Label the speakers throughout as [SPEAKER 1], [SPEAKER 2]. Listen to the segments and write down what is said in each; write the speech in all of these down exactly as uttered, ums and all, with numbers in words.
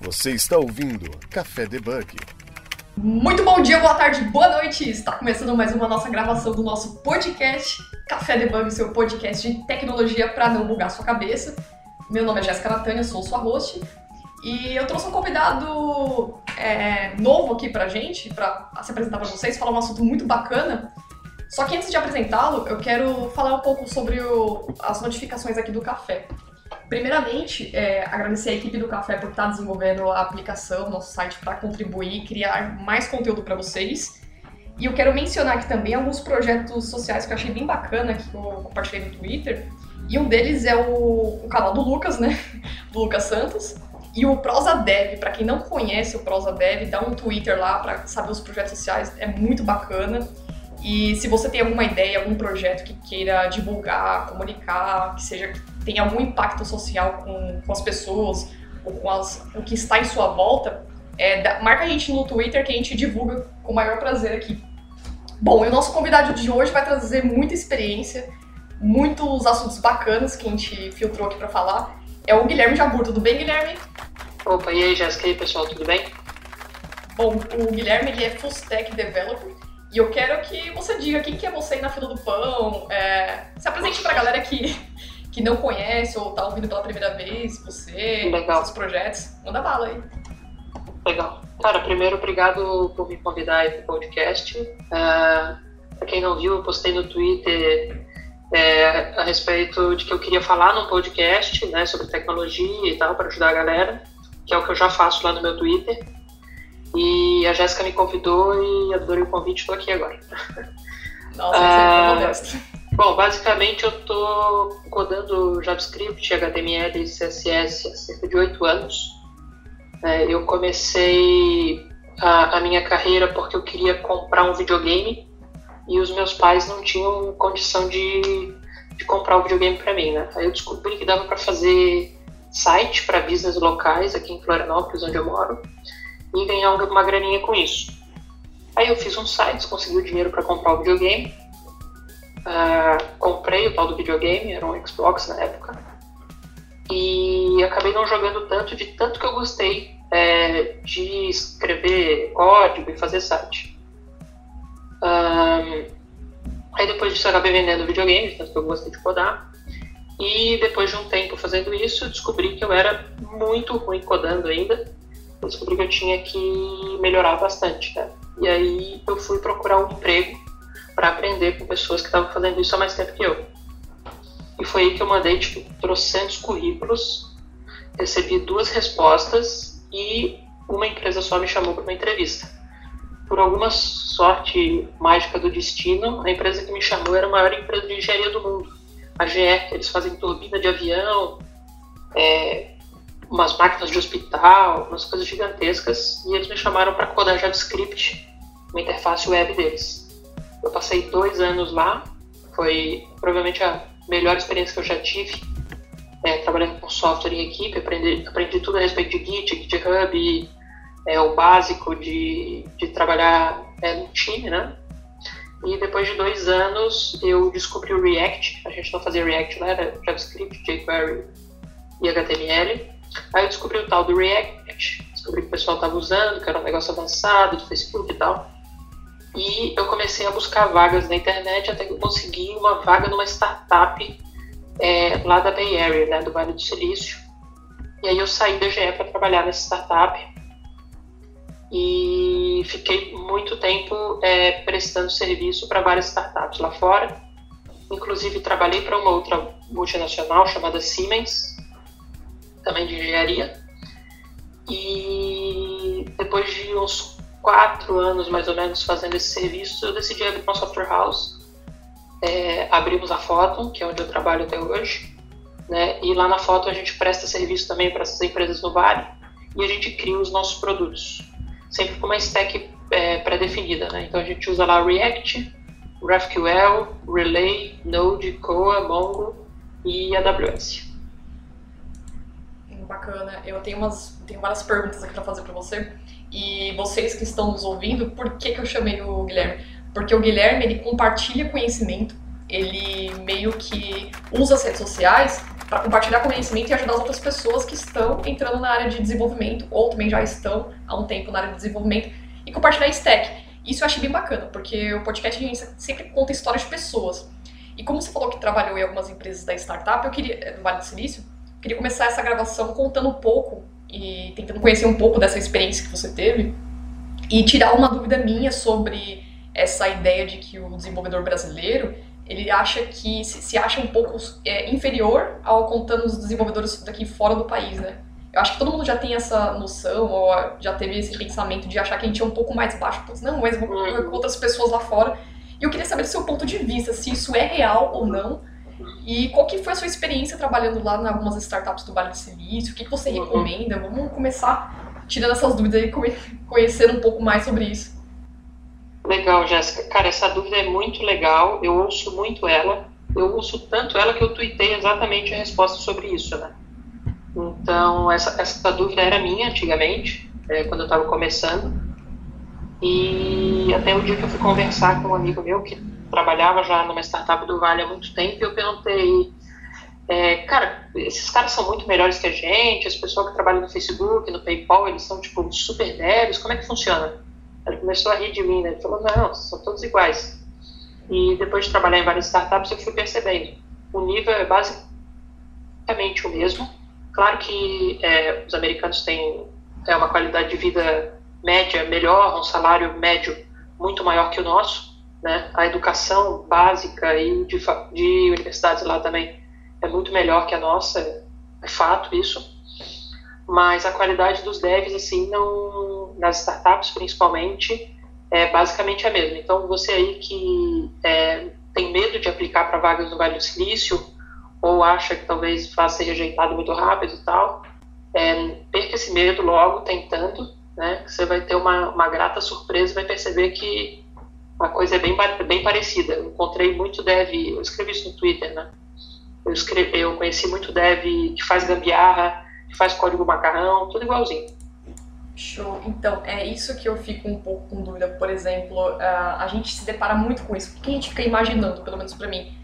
[SPEAKER 1] Você está ouvindo Café Debug.
[SPEAKER 2] Muito bom dia, boa tarde, boa noite! Está começando mais uma nossa gravação do nosso podcast Café Debug, seu podcast de tecnologia para não bugar sua cabeça. Meu nome é Jéssica Natânia, sou sua host. E eu trouxe um convidado é, novo aqui pra gente, pra se apresentar pra vocês, falar um assunto muito bacana. Só que antes de apresentá-lo, eu quero falar um pouco sobre o, as notificações aqui do Café. Primeiramente, é, agradecer a equipe do Café por estar desenvolvendo a aplicação, nosso site, para contribuir e criar mais conteúdo para vocês. E eu quero mencionar aqui também alguns projetos sociais que eu achei bem bacana, que eu compartilhei no Twitter. E um deles é o, o canal do Lucas, né? Do Lucas Santos. E o Prosa Dev, para quem não conhece o Prosa Dev, dá um Twitter lá para saber os projetos sociais, é muito bacana. E se você tem alguma ideia, algum projeto que queira divulgar, comunicar, que seja que tenha algum impacto social com, com as pessoas ou com as, o que está em sua volta, é, da, marca a gente no Twitter que a gente divulga com o maior prazer aqui. Bom, e o nosso convidado de hoje vai trazer muita experiência, muitos assuntos bacanas que a gente filtrou aqui para falar. É o Guilherme Jabur. Tudo bem, Guilherme?
[SPEAKER 3] Opa, e aí, Jéssica? E aí, pessoal, tudo bem?
[SPEAKER 2] Bom, o Guilherme ele é Full Stack Developer e eu quero que você diga quem que é você aí na fila do pão, é, se apresente pra galera que, que não conhece ou tá ouvindo pela primeira vez, você,
[SPEAKER 3] Legal.
[SPEAKER 2] seus projetos. Manda bala aí.
[SPEAKER 3] Legal. Cara, primeiro, obrigado por me convidar aí pro podcast. Uh, pra quem não viu, eu postei no Twitter É, a respeito de que eu queria falar num podcast, né, sobre tecnologia e tal, para ajudar a galera, que é o que eu já faço lá no meu Twitter. E a Jéssica me convidou e adorei o convite, estou aqui agora.
[SPEAKER 2] Nossa, ah, é modesto.
[SPEAKER 3] Bom, basicamente eu estou codando JavaScript, H T M L e C S S há cerca de oito anos. É, eu comecei a, a minha carreira porque eu queria comprar um videogame e os meus pais não tinham condição de, de comprar o videogame para mim, né? Aí eu descobri que dava para fazer site para business locais aqui em Florianópolis, onde eu moro, e ganhar uma graninha com isso. Aí eu fiz um site, consegui o dinheiro para comprar o videogame, uh, comprei o tal do videogame, era um Xbox na época, e acabei não jogando tanto, de tanto que eu gostei é, de escrever código e fazer site. Um, aí depois disso eu acabei vendendo videogame, tanto que eu gostei de codar. E depois de um tempo fazendo isso, eu descobri que eu era muito ruim codando ainda. Eu descobri que eu tinha que melhorar bastante, né? E aí eu fui procurar um emprego para aprender com pessoas que estavam fazendo isso há mais tempo que eu. E foi aí que eu mandei, tipo, trocentos currículos, recebi duas respostas e uma empresa só me chamou para uma entrevista. Por alguma sorte mágica do destino, a empresa que me chamou era a maior empresa de engenharia do mundo, a G E. Eles fazem turbina de avião, é, umas máquinas de hospital, umas coisas gigantescas, e eles me chamaram para codar JavaScript, uma interface web deles. Eu passei dois anos lá, foi provavelmente a melhor experiência que eu já tive, é, trabalhando com software em equipe, aprendi, aprendi tudo a respeito de Git, GitHub, é o básico de, de trabalhar é, no time, né? E depois de dois anos eu descobri o React. A gente não fazia React lá, era JavaScript, jQuery e H T M L. Aí eu descobri o tal do React, descobri que o pessoal estava usando, que era um negócio avançado do Facebook e tal. E eu comecei a buscar vagas na internet até que eu consegui uma vaga numa startup é, lá da Bay Area, né, do Vale do Silício. E aí eu saí da G E para trabalhar nessa startup. E fiquei muito tempo é, prestando serviço para várias startups lá fora. Inclusive trabalhei para uma outra multinacional chamada Siemens, também de engenharia. E depois de uns quatro anos mais ou menos fazendo esse serviço, eu decidi abrir uma software house. É, abrimos a Photon, que é onde eu trabalho até hoje, né? E lá na Photon a gente presta serviço também para essas empresas no Vale e a gente cria os nossos produtos, sempre com uma stack é, pré-definida, né? Então a gente usa lá React, GraphQL, Relay, Node, Koa, Mongo e A W S.
[SPEAKER 2] Bacana. Eu tenho, umas, tenho várias perguntas aqui para fazer para você. E vocês que estão nos ouvindo, por que que eu chamei o Guilherme? Porque o Guilherme, ele compartilha conhecimento, ele meio que usa as redes sociais para compartilhar conhecimento e ajudar as outras pessoas que estão entrando na área de desenvolvimento ou também já estão há um tempo na área de desenvolvimento e compartilhar stack. Isso eu achei bem bacana, porque o podcast a gente sempre conta histórias de pessoas. E como você falou que trabalhou em algumas empresas da startup, eu queria, do Vale do Silício, eu queria começar essa gravação contando um pouco e tentando conhecer um pouco dessa experiência que você teve e tirar uma dúvida minha sobre essa ideia de que o desenvolvedor brasileiro, ele acha que se, se acha um pouco é, inferior ao contando os desenvolvedores daqui fora do país, né? Eu acho que todo mundo já tem essa noção, ou já teve esse pensamento de achar que a gente é um pouco mais baixo, pois não, mas com outras pessoas lá fora. E eu queria saber do seu ponto de vista, se isso é real ou não, e qual que foi a sua experiência trabalhando lá em algumas startups do Vale do Silício, o que, que você recomenda? Vamos começar tirando essas dúvidas e conhecendo um pouco mais sobre isso.
[SPEAKER 3] Legal, Jéssica. Cara, essa dúvida é muito legal, eu ouço muito ela, eu ouço tanto ela que eu tuitei exatamente a resposta sobre isso, né? Então, essa, essa dúvida era minha antigamente, é, quando eu estava começando. E até o dia que eu fui conversar com um amigo meu que trabalhava já numa startup do Vale há muito tempo, eu perguntei, é, cara, esses caras são muito melhores que a gente, esse pessoal que trabalha no Facebook, no PayPal, eles são tipo super devs, como é que funciona? Ele começou a rir de mim, né? Ele falou, não, são todos iguais. E depois de trabalhar em várias startups, eu fui percebendo, o nível é basicamente o mesmo. Claro que é, os americanos têm é, uma qualidade de vida média melhor, um salário médio muito maior que o nosso, né? A educação básica e de, de universidades lá também é muito melhor que a nossa, é fato isso. Mas a qualidade dos devs, assim, não, nas startups principalmente, é basicamente a mesma. Então, você aí que é, tem medo de aplicar para vagas no Vale do Silício, ou acha que talvez vá ser rejeitado muito rápido e tal, é, perca esse medo logo tentando, né? Você vai ter uma, uma grata surpresa e vai perceber que a coisa é bem, bem parecida. Eu encontrei muito dev, eu escrevi isso no Twitter, né? Eu, escrevi, eu conheci muito dev que faz gambiarra, que faz código macarrão, tudo igualzinho.
[SPEAKER 2] Show. Então, é isso que eu fico um pouco com dúvida. Por exemplo, a gente se depara muito com isso. O que a gente fica imaginando, pelo menos pra mim?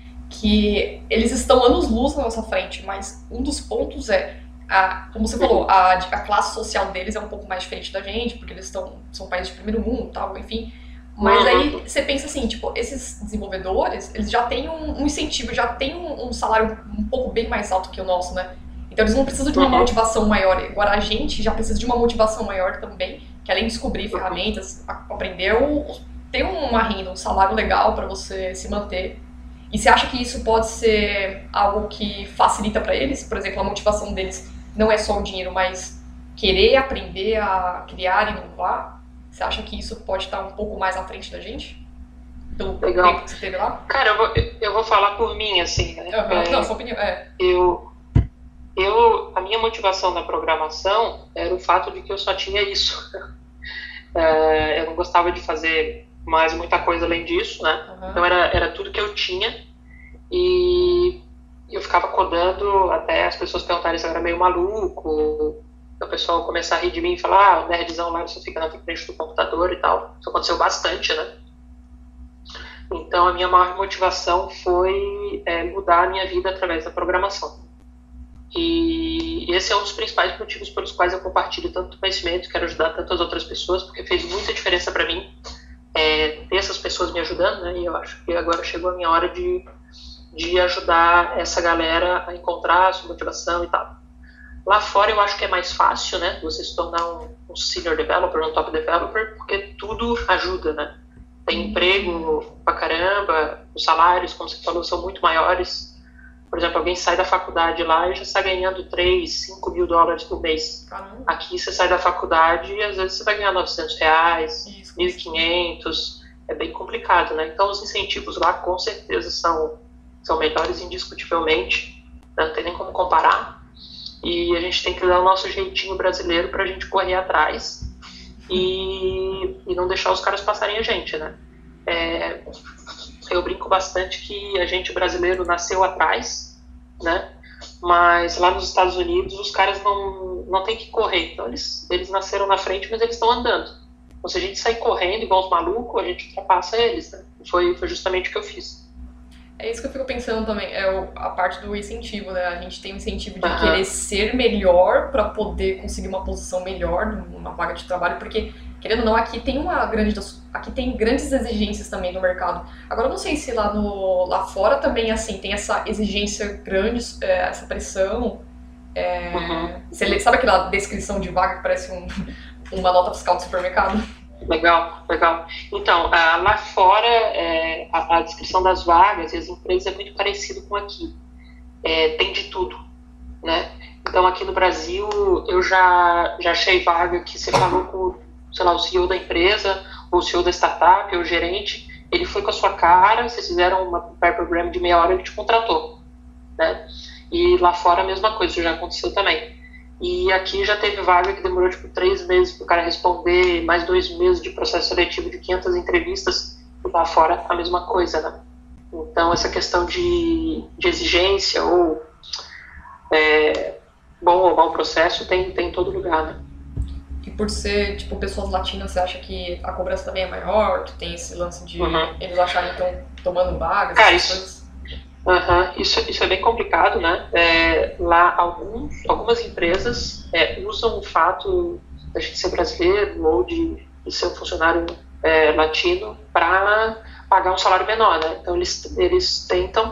[SPEAKER 2] Que eles estão anos-luz na nossa frente, mas um dos pontos é, a, como você falou, a, a classe social deles é um pouco mais diferente da gente, porque eles estão, são países de primeiro mundo, tal, enfim. Mas aí você pensa assim, tipo, esses desenvolvedores, eles já têm um, um incentivo, já têm um, um salário um pouco bem mais alto que o nosso, né? Então eles não precisam de uma motivação maior. Agora a gente já precisa de uma motivação maior também, que além de descobrir ferramentas, aprender, ter uma renda, um salário legal para você se manter. E você acha que isso pode ser algo que facilita para eles? Por exemplo, a motivação deles não é só o dinheiro, mas querer aprender a criar e inovar? Você acha que isso pode estar um pouco mais à frente da gente? Pelo
[SPEAKER 3] Legal.
[SPEAKER 2] tempo que você teve lá?
[SPEAKER 3] Cara, eu vou, eu vou falar por mim, assim, né?
[SPEAKER 2] Uhum. É, não, sua opinião, é.
[SPEAKER 3] Eu, eu, a minha motivação na programação era o fato de que eu só tinha isso. É, eu não gostava de fazer mais muita coisa além disso, né? Uhum. Então era, era tudo que eu tinha e eu ficava codando até as pessoas perguntarem se eu era meio maluco, o pessoal começar a rir de mim e falar, ah, o nerdzão lá você fica na frente do computador e tal. Isso aconteceu bastante, né? Então a minha maior motivação foi é, mudar a minha vida através da programação. E esse é um dos principais motivos pelos quais eu compartilho tanto conhecimento, quero ajudar tantas outras pessoas, porque fez muita diferença para mim é, ter essas pessoas me ajudando, né? E eu acho que agora chegou a minha hora de, de ajudar essa galera a encontrar a sua motivação e tal. Lá fora eu acho que é mais fácil, né? Você se tornar um, um senior developer, um top developer, porque tudo ajuda, né? Tem emprego pra caramba, os salários, como você falou, são muito maiores. Por exemplo, alguém sai da faculdade lá e já está ganhando três, cinco mil dólares por mês. Caramba. Aqui você sai da faculdade e às vezes você vai ganhar novecentos reais, isso, mil e quinhentos. É bem complicado, né? Então os incentivos lá com certeza são, são melhores indiscutivelmente. Não tem nem como comparar. E a gente tem que dar o nosso jeitinho brasileiro para a gente correr atrás e, e não deixar os caras passarem a gente, né? É, eu brinco bastante que a gente brasileiro nasceu atrás, né? Mas lá nos Estados Unidos os caras não, não tem que correr, então eles, eles nasceram na frente, mas eles estão andando. Então se a gente sair correndo igual os malucos, a gente ultrapassa eles, né? Foi, foi justamente o que eu fiz.
[SPEAKER 2] É isso que eu fico pensando também, é o, a parte do incentivo, né? A gente tem o incentivo de
[SPEAKER 3] Aham.
[SPEAKER 2] querer ser melhor para poder conseguir uma posição melhor numa vaga de trabalho, porque, querendo ou não, aqui tem uma grande, aqui tem grandes exigências também no mercado. Agora, eu não sei se lá, no, lá fora também, assim, tem essa exigência grande, é, essa pressão. É,
[SPEAKER 3] Uhum.
[SPEAKER 2] você sabe aquela descrição de vaga que parece um, uma nota fiscal de supermercado?
[SPEAKER 3] Legal, legal. Então, ah, lá fora, é, a, a descrição das vagas e as empresas é muito parecido com aqui. É, tem de tudo, né? Então, aqui no Brasil, eu já, já achei vaga que você falou com, sei lá, o C E O da empresa, ou o C E O da startup, ou o gerente, ele foi com a sua cara, vocês fizeram uma pair program de meia hora, ele te contratou, né? E lá fora a mesma coisa, isso já aconteceu também. E aqui já teve vaga que demorou tipo três meses para o cara responder, mais dois meses de processo seletivo de quinhentas entrevistas, e lá fora a mesma coisa, né? Então essa questão de, de exigência ou é, bom ou mau processo tem, tem em todo lugar, né?
[SPEAKER 2] E por ser, tipo, pessoas latinas, você acha que a cobrança também é maior? Tu tem esse lance de
[SPEAKER 3] Uhum.
[SPEAKER 2] eles acharem que estão tomando vagas?
[SPEAKER 3] Cara,
[SPEAKER 2] essas
[SPEAKER 3] isso-
[SPEAKER 2] coisas?
[SPEAKER 3] Uhum. Isso, isso é bem complicado, né? É, lá alguns, algumas empresas é, usam o fato da gente ser brasileiro ou de, de ser um funcionário é, latino para pagar um salário menor, né? Então eles, eles tentam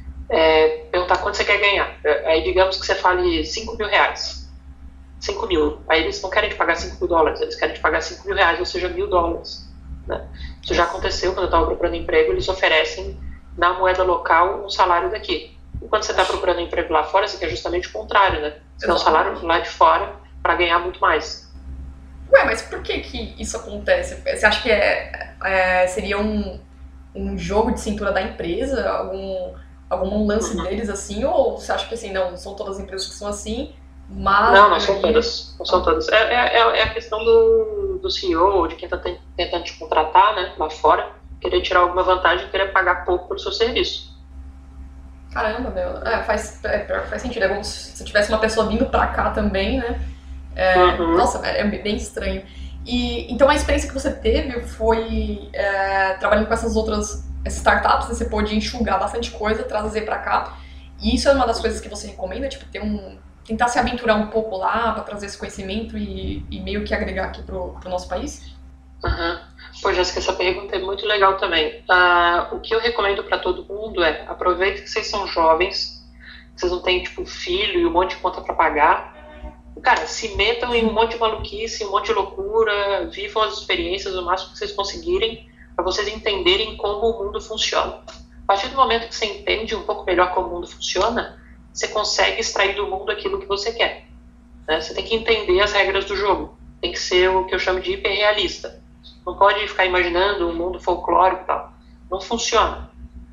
[SPEAKER 3] é, perguntar quanto você quer ganhar. Aí digamos que você fale cinco mil reais. cinco mil. Aí eles não querem te pagar cinco mil dólares, eles querem te pagar cinco mil reais, ou seja, mil dólares. Né? Isso já aconteceu quando eu estava procurando emprego, eles oferecem na moeda local um salário daqui. E quando você está procurando emprego lá fora, você quer justamente o contrário, né? Você quer um salário lá de fora para ganhar muito mais.
[SPEAKER 2] Ué, mas por que que isso acontece? Você acha que é, é, seria um, um jogo de cintura da empresa? Algum, algum lance
[SPEAKER 3] Uhum.
[SPEAKER 2] deles assim? Ou você acha que assim, não, são todas as empresas que são assim, mas...
[SPEAKER 3] Não,
[SPEAKER 2] a
[SPEAKER 3] não são
[SPEAKER 2] maioria-
[SPEAKER 3] todas. Não são todas. É, é, é a questão do, do C E O, de quem está tentando te contratar, né, lá fora, querer tirar alguma vantagem e querer pagar pouco pelo seu serviço.
[SPEAKER 2] Caramba, meu. É, faz, é, pior que faz sentido. É como se se tivesse uma pessoa vindo pra cá também, né? É,
[SPEAKER 3] Uhum.
[SPEAKER 2] Nossa, é, é bem estranho. E, então a experiência que você teve foi é, trabalhando com essas outras essas startups, né? Você pôde enxugar bastante coisa, trazer pra cá. E isso é uma das coisas que você recomenda, tipo, ter um, tentar se aventurar um pouco lá pra trazer esse conhecimento e, e meio que agregar aqui pro, pro nosso país?
[SPEAKER 3] Uhum. Pô, Jéssica, essa pergunta é muito legal também. Ah, o que eu recomendo para todo mundo é aproveite que vocês são jovens, vocês não têm tipo filho e um monte de conta para pagar. Cara, se metam em um monte de maluquice, um monte de loucura, vivam as experiências o máximo que vocês conseguirem para vocês entenderem como o mundo funciona. A partir do momento que você entende um pouco melhor como o mundo funciona, você consegue extrair do mundo aquilo que você quer. Né? Você tem que entender as regras do jogo. Tem que ser o que eu chamo de hiperrealista. Não pode ficar imaginando um mundo folclórico e tal. Não funciona.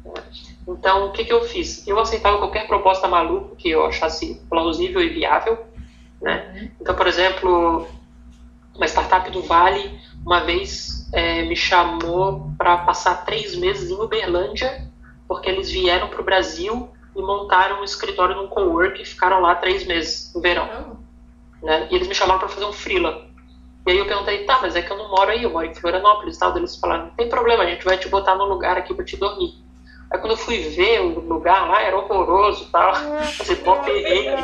[SPEAKER 3] Então, o que, que eu fiz? Eu aceitava qualquer proposta maluca que eu achasse plausível e viável. Né? Então, por exemplo, uma startup do Vale, uma vez é, me chamou para passar três meses em Uberlândia, porque eles vieram para o Brasil e montaram um escritório num cowork e ficaram lá três meses no verão.
[SPEAKER 2] Caramba.
[SPEAKER 3] Né? E eles me chamaram para fazer um freela. E aí eu perguntei, tá, mas é que eu não moro aí, eu moro em Florianópolis e tal. Eles falaram, não tem problema, a gente vai te botar num lugar aqui pra te dormir. Aí quando eu fui ver o lugar lá, era horroroso e tal, assim, mó perrengue.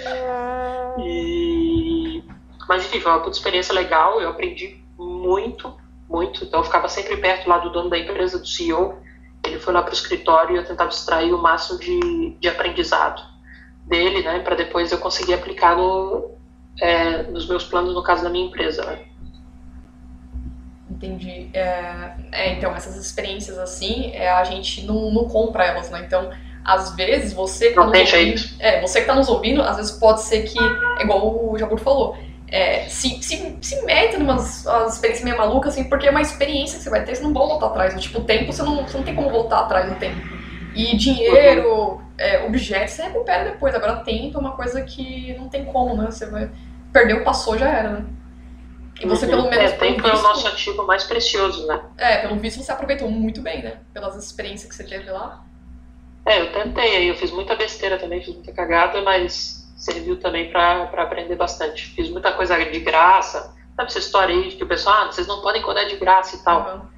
[SPEAKER 3] E... Mas enfim, foi uma puta experiência legal, eu aprendi muito, muito. Então eu ficava sempre perto lá do dono da empresa, do C E O. Ele foi lá pro escritório e eu tentava extrair o máximo de, de aprendizado dele, né, pra depois eu conseguir aplicar no... É, nos meus planos, no caso da minha empresa, né?
[SPEAKER 2] Entendi. É, é, então, essas experiências assim, é, a gente não, não compra elas, né? Então, às vezes, você que tá
[SPEAKER 3] Não
[SPEAKER 2] nos
[SPEAKER 3] tem
[SPEAKER 2] ouvindo,
[SPEAKER 3] jeito.
[SPEAKER 2] é, você que tá nos ouvindo, às vezes pode ser que, é igual o Jabur falou, é, se, se, se mete em umas umas experiências meio malucas, assim, porque é uma experiência que você vai ter, você não vai voltar atrás. Tipo, o tempo, você não, você não tem como voltar atrás no tempo. E dinheiro, é, objetos, você recupera depois. Agora, tempo é uma coisa que não tem como, né? Você vai... Perdeu, passou, já era, né? E você, pelo menos,
[SPEAKER 3] É, tempo
[SPEAKER 2] pelo
[SPEAKER 3] é o
[SPEAKER 2] visto,
[SPEAKER 3] nosso ativo mais precioso, né?
[SPEAKER 2] é, pelo visto você aproveitou muito bem, né? Pelas experiências que você teve lá.
[SPEAKER 3] É, eu tentei aí, eu fiz muita besteira também, fiz muita cagada, mas serviu também pra, pra aprender bastante. Fiz muita coisa de graça. Sabe essa história aí de que o pessoal, ah, vocês não podem codar de graça e tal.
[SPEAKER 2] Uhum.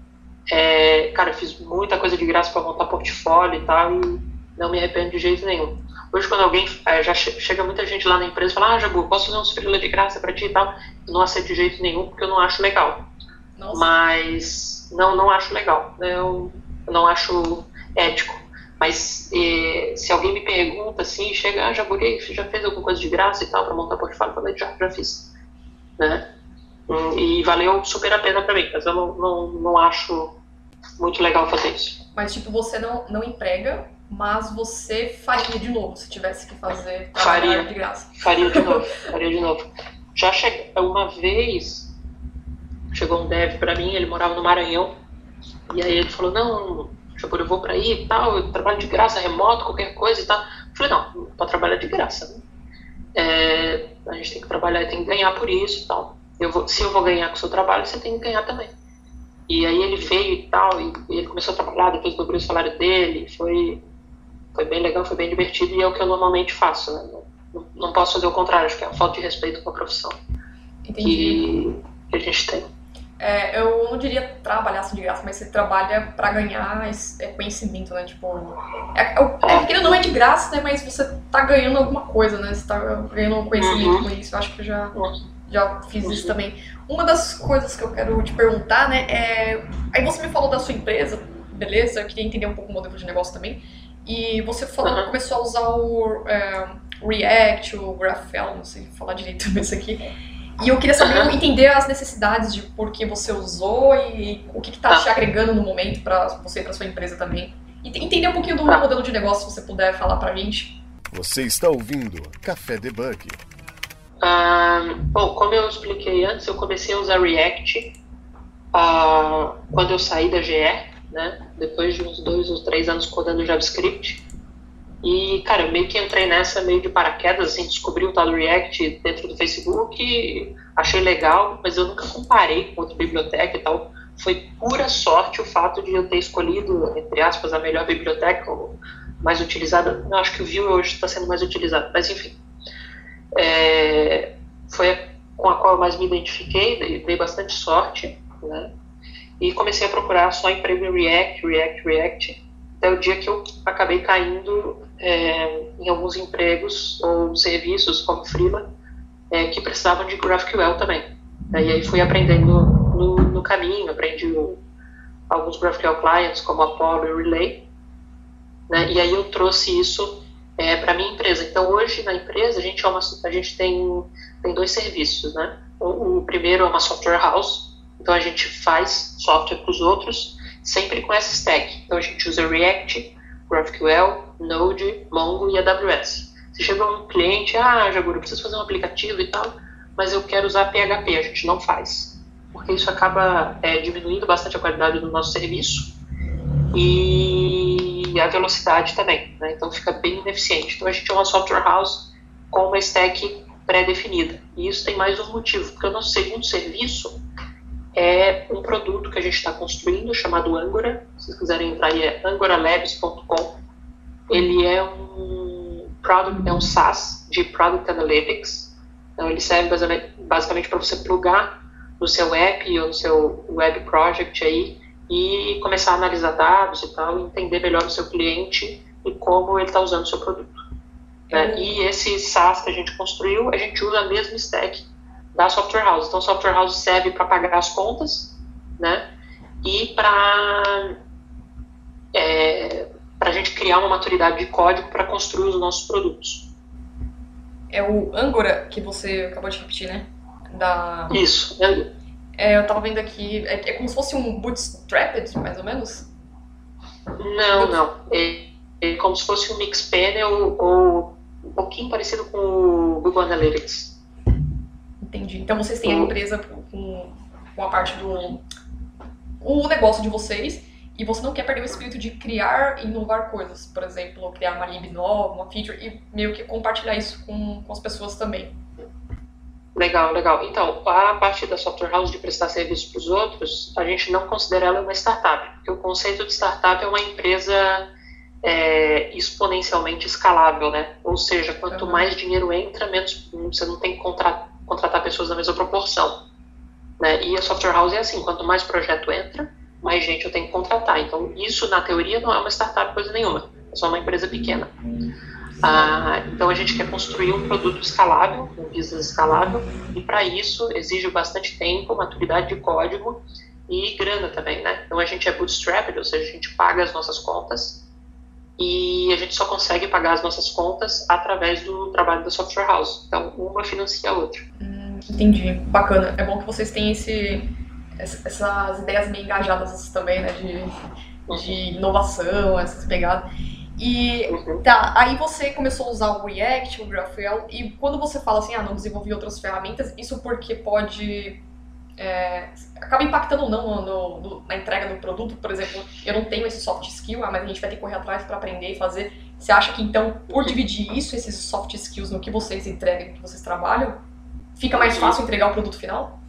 [SPEAKER 3] É, cara, eu fiz muita coisa de graça para montar portfólio e tal, e não me arrependo de jeito nenhum. Hoje, quando alguém, é, já che- chega muita gente lá na empresa e fala, ah, Jabu, posso fazer uns freela de graça para ti e tal? Eu não aceito de jeito nenhum, porque eu não acho legal.
[SPEAKER 2] Nossa.
[SPEAKER 3] Mas, não, não acho legal, né? eu, eu não acho ético. Mas eh, se alguém me pergunta assim, chega, ah, Jabu, você já fez alguma coisa de graça e tal para montar portfólio? Eu falei, já, já fiz, né? Hum, E valeu super a pena para mim, mas eu não, não, não acho muito legal fazer isso.
[SPEAKER 2] Mas, tipo, você não, não emprega, mas você faria de novo se tivesse que fazer
[SPEAKER 3] Faria.
[SPEAKER 2] trabalhar de graça.
[SPEAKER 3] Faria de novo, faria de novo. Já che... uma vez chegou um dev pra mim, ele morava no Maranhão, e aí ele falou, não, Jabur, eu vou pra aí e tal, eu trabalho de graça, remoto, qualquer coisa e tal. Eu falei, não, não pode trabalhar de graça, né? É, a gente tem que trabalhar e tem que ganhar por isso e tal. Eu vou, se eu vou ganhar com o seu trabalho, você tem que ganhar também. E aí ele veio e tal, e, e ele começou a trabalhar, depois dobrou o salário dele, foi, foi bem legal, foi bem divertido, e é o que eu normalmente faço, né? Não, não posso fazer o contrário, acho que é uma falta de respeito com a profissão
[SPEAKER 2] Entendi.
[SPEAKER 3] que, que a gente tem.
[SPEAKER 2] É, eu não diria trabalhar assim de graça, mas você trabalha pra ganhar esse- é, conhecimento, né? Tipo, é, é, o- é, aquilo não é de graça, né? Mas você tá ganhando alguma coisa, né? Você tá ganhando um conhecimento
[SPEAKER 3] Uhum.
[SPEAKER 2] com isso. Eu acho que eu já,
[SPEAKER 3] Uhum.
[SPEAKER 2] já fiz isso
[SPEAKER 3] Uhum.
[SPEAKER 2] também. Uma das coisas que eu quero te perguntar, né, é... Aí você me falou da sua empresa, beleza? Eu queria entender um pouco o modelo de negócio também. E você falou,
[SPEAKER 3] Uhum.
[SPEAKER 2] começou a usar o é, React, o GraphQL, não sei falar direito isso aqui. E eu queria saber,
[SPEAKER 3] Uhum.
[SPEAKER 2] entender as necessidades de por que você usou e o que está
[SPEAKER 3] Tá.
[SPEAKER 2] te agregando no momento para você e para sua empresa também. E te- entender um pouquinho do
[SPEAKER 3] Tá.
[SPEAKER 2] modelo de negócio, se você puder falar pra gente.
[SPEAKER 1] Você está ouvindo Café Debug.
[SPEAKER 3] Ah, bom, como eu expliquei antes, eu comecei a usar React ah, quando eu saí da G E, né? Depois de uns dois ou três anos codando JavaScript. E, cara, eu meio que entrei nessa meio de paraquedas, assim, descobri o tal do React dentro do Facebook, achei legal, mas eu nunca comparei com outra biblioteca e tal. Foi pura sorte o fato de eu ter escolhido, entre aspas, a melhor biblioteca, ou mais utilizada. Eu acho que o Vue hoje está sendo mais utilizado, mas enfim. É, foi a com a qual eu mais me identifiquei, dei, dei bastante sorte, né? E comecei a procurar só emprego em React, React, React, até o dia que eu acabei caindo é, em alguns empregos ou serviços como freela é, que precisavam de GraphQL também. E aí fui aprendendo no, no caminho, aprendi o, alguns GraphQL clients como Apollo e Relay, né? E aí eu trouxe isso é, para a minha empresa. Então hoje na empresa a gente, é uma, a gente tem, tem dois serviços, né? O, o primeiro é uma software house, então a gente faz software para os outros, sempre com essa stack. Então a gente usa React, GraphQL, Node, Mongo e A W S. Se chega um cliente, ah, Jagur, eu preciso fazer um aplicativo e tal, mas eu quero usar P H P, a gente não faz. Porque isso acaba é, diminuindo bastante a qualidade do nosso serviço e a velocidade também, né? Então fica bem ineficiente. Então a gente é uma software house com uma stack pré-definida. E isso tem mais um motivo, porque o nosso segundo serviço é um produto que a gente está construindo chamado Angora. Se vocês quiserem entrar aí, é angora labs ponto com. Ele é um, product, é um SaaS de Product Analytics. Então ele serve basicamente para você plugar no seu app ou no seu web project aí e começar a analisar dados e tal, e entender melhor o seu cliente e como ele está usando o seu produto. Né? E esse SaaS que a gente construiu, a gente usa a mesma stack da software house. Então, a software house serve para pagar as contas, né? E para é, para a gente criar uma maturidade de código para construir os nossos produtos.
[SPEAKER 2] É o Angora que você acabou de repetir, né? Da...
[SPEAKER 3] Isso. É,
[SPEAKER 2] É, eu tava vendo aqui, é, é como se fosse um Bootstrapped, mais ou menos?
[SPEAKER 3] não, não. É, é como se fosse um Mixpanel ou um pouquinho parecido com o Google Analytics.
[SPEAKER 2] Entendi. Então vocês têm a empresa com, com a parte do o negócio de vocês e você não quer perder o espírito de criar e inovar coisas. Por exemplo, criar uma lib nova, uma feature e meio que compartilhar isso com, com as pessoas também.
[SPEAKER 3] Legal, legal. Então, a parte da software house de prestar serviço para os outros, a gente não considera ela uma startup, porque o conceito de startup é uma empresa é, exponencialmente escalável, né? Ou seja, quanto
[SPEAKER 2] Uhum.
[SPEAKER 3] mais dinheiro entra, menos você não tem que contra, contratar pessoas na mesma proporção, né? E a software house é assim, quanto mais projeto entra, mais gente eu tenho que contratar. Então, isso, na teoria, não é uma startup coisa nenhuma. É só uma empresa pequena. Ah, então, a gente quer construir um produto escalável, um business escalável, e para isso exige bastante tempo, maturidade de código e grana também, né? Então, a gente é bootstrapped, ou seja, a gente paga as nossas contas e a gente só consegue pagar as nossas contas através do trabalho da software house. Então, uma financia a outra.
[SPEAKER 2] Hum, entendi. Bacana. É bom que vocês tenham esse, essas ideias meio engajadas também, né? De, de inovação, essas pegadas. E
[SPEAKER 3] Uhum.
[SPEAKER 2] tá, aí você começou a usar o React, o GraphQL, e quando você fala assim, ah, não desenvolvi outras ferramentas, isso porque pode... É, acaba impactando ou não no, no, na entrega do produto. Por exemplo, eu não tenho esse soft skill, ah, mas a gente vai ter que correr atrás para aprender e fazer. Você acha que então, por dividir isso, esses soft skills no que vocês entregam, no que vocês trabalham, fica mais fácil entregar o produto final?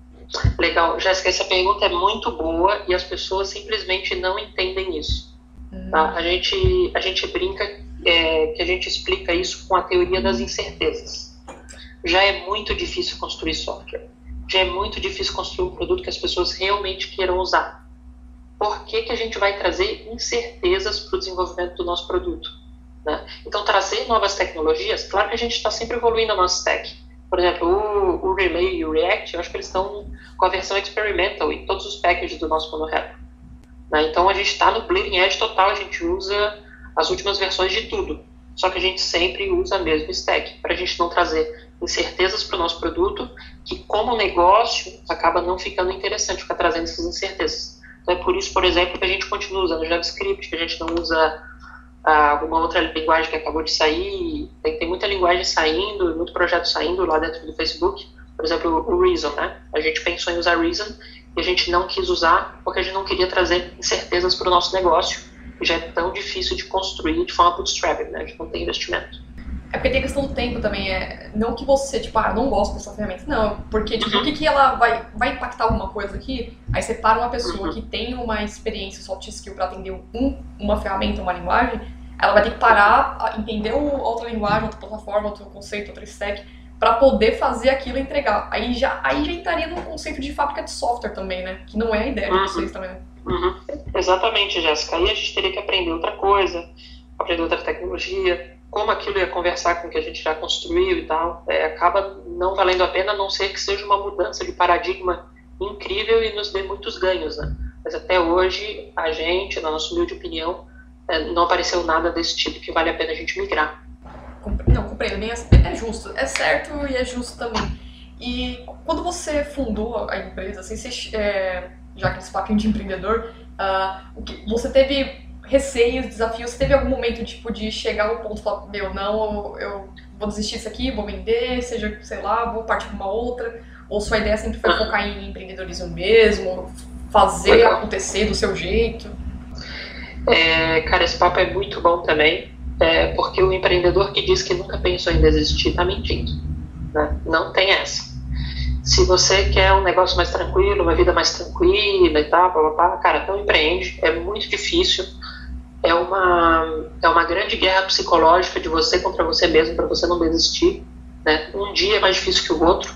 [SPEAKER 3] Legal, Jéssica, essa pergunta é muito boa e as pessoas simplesmente não entendem isso.
[SPEAKER 2] Hum.
[SPEAKER 3] Tá? A gente, a gente brinca é, que a gente explica isso com a teoria das incertezas. Já é muito difícil construir software. Já é muito difícil construir um produto que as pessoas realmente queiram usar. Por que que a gente vai trazer incertezas para o desenvolvimento do nosso produto? Né? Então, trazer novas tecnologias, claro que a gente está sempre evoluindo a nossa stack. Por exemplo, o, o Relay e o React, eu acho que eles estão com a versão experimental em todos os packages do nosso monorepo. Né? Então, a gente está no bleeding edge total, a gente usa as últimas versões de tudo. Só que a gente sempre usa a mesma stack, para a gente não trazer incertezas para o nosso produto, que como negócio acaba não ficando interessante ficar trazendo essas incertezas. Então é por isso, por exemplo, que a gente continua usando JavaScript, que a gente não usa ah, alguma outra linguagem que acabou de sair. Tem, tem muita linguagem saindo, muito projeto saindo lá dentro do Facebook. Por exemplo, o Reason, né? A gente pensou em usar Reason e a gente não quis usar porque a gente não queria trazer incertezas para o nosso negócio, que já é tão difícil de construir de forma bootstrapped, né? A gente não tem investimento.
[SPEAKER 2] É porque tem a questão do tempo também, é não que você, tipo, ah, não gosto dessa ferramenta, não, porque, tipo, o que que ela vai, vai impactar alguma coisa aqui, aí você para uma pessoa que tem uma experiência soft skill para atender um, uma ferramenta, uma linguagem, ela vai ter que parar, entender outra linguagem, outra plataforma, outro conceito, outra stack, para poder fazer aquilo e entregar. Aí já, aí já entraria no conceito de fábrica de software também, né, que não é a ideia de vocês também, né?
[SPEAKER 3] Uhum. Exatamente, Jéssica. Aí a gente teria que aprender outra coisa, aprender outra tecnologia, como aquilo ia conversar com o que a gente já construiu e tal, é, acaba não valendo a pena, a não ser que seja uma mudança de paradigma incrível e nos dê muitos ganhos, né? Mas até hoje, a gente, na nossa humilde opinião, é, não apareceu nada desse tipo que vale a pena a gente migrar.
[SPEAKER 2] Não, compreendo bem, é justo, é certo e é justo também. E quando você fundou a empresa, assim, você, é, já que esse papinho de empreendedor, uh, você teve receios, desafios, você teve algum momento tipo, de chegar ao ponto e falar, meu, não, eu, eu vou desistir disso aqui, vou vender, seja, sei lá, vou partir para uma outra, ou sua ideia sempre foi focar em empreendedorismo mesmo, fazer
[SPEAKER 3] Legal.
[SPEAKER 2] acontecer do seu jeito?
[SPEAKER 3] É, cara, esse papo é muito bom também, é, porque o empreendedor que diz que nunca pensou em desistir está mentindo, né? Não tem essa. Se você quer um negócio mais tranquilo, uma vida mais tranquila e tal, blá, blá, blá, cara, então empreende, é muito difícil. É uma, é uma grande guerra psicológica de você contra você mesmo, para você não desistir, né? Um dia é mais difícil que o outro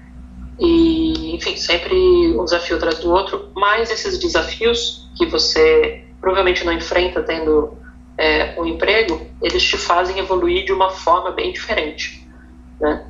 [SPEAKER 3] e, enfim, sempre um desafio atrás do outro, mas esses desafios que você provavelmente não enfrenta tendo é, um emprego, eles te fazem evoluir de uma forma bem diferente, né?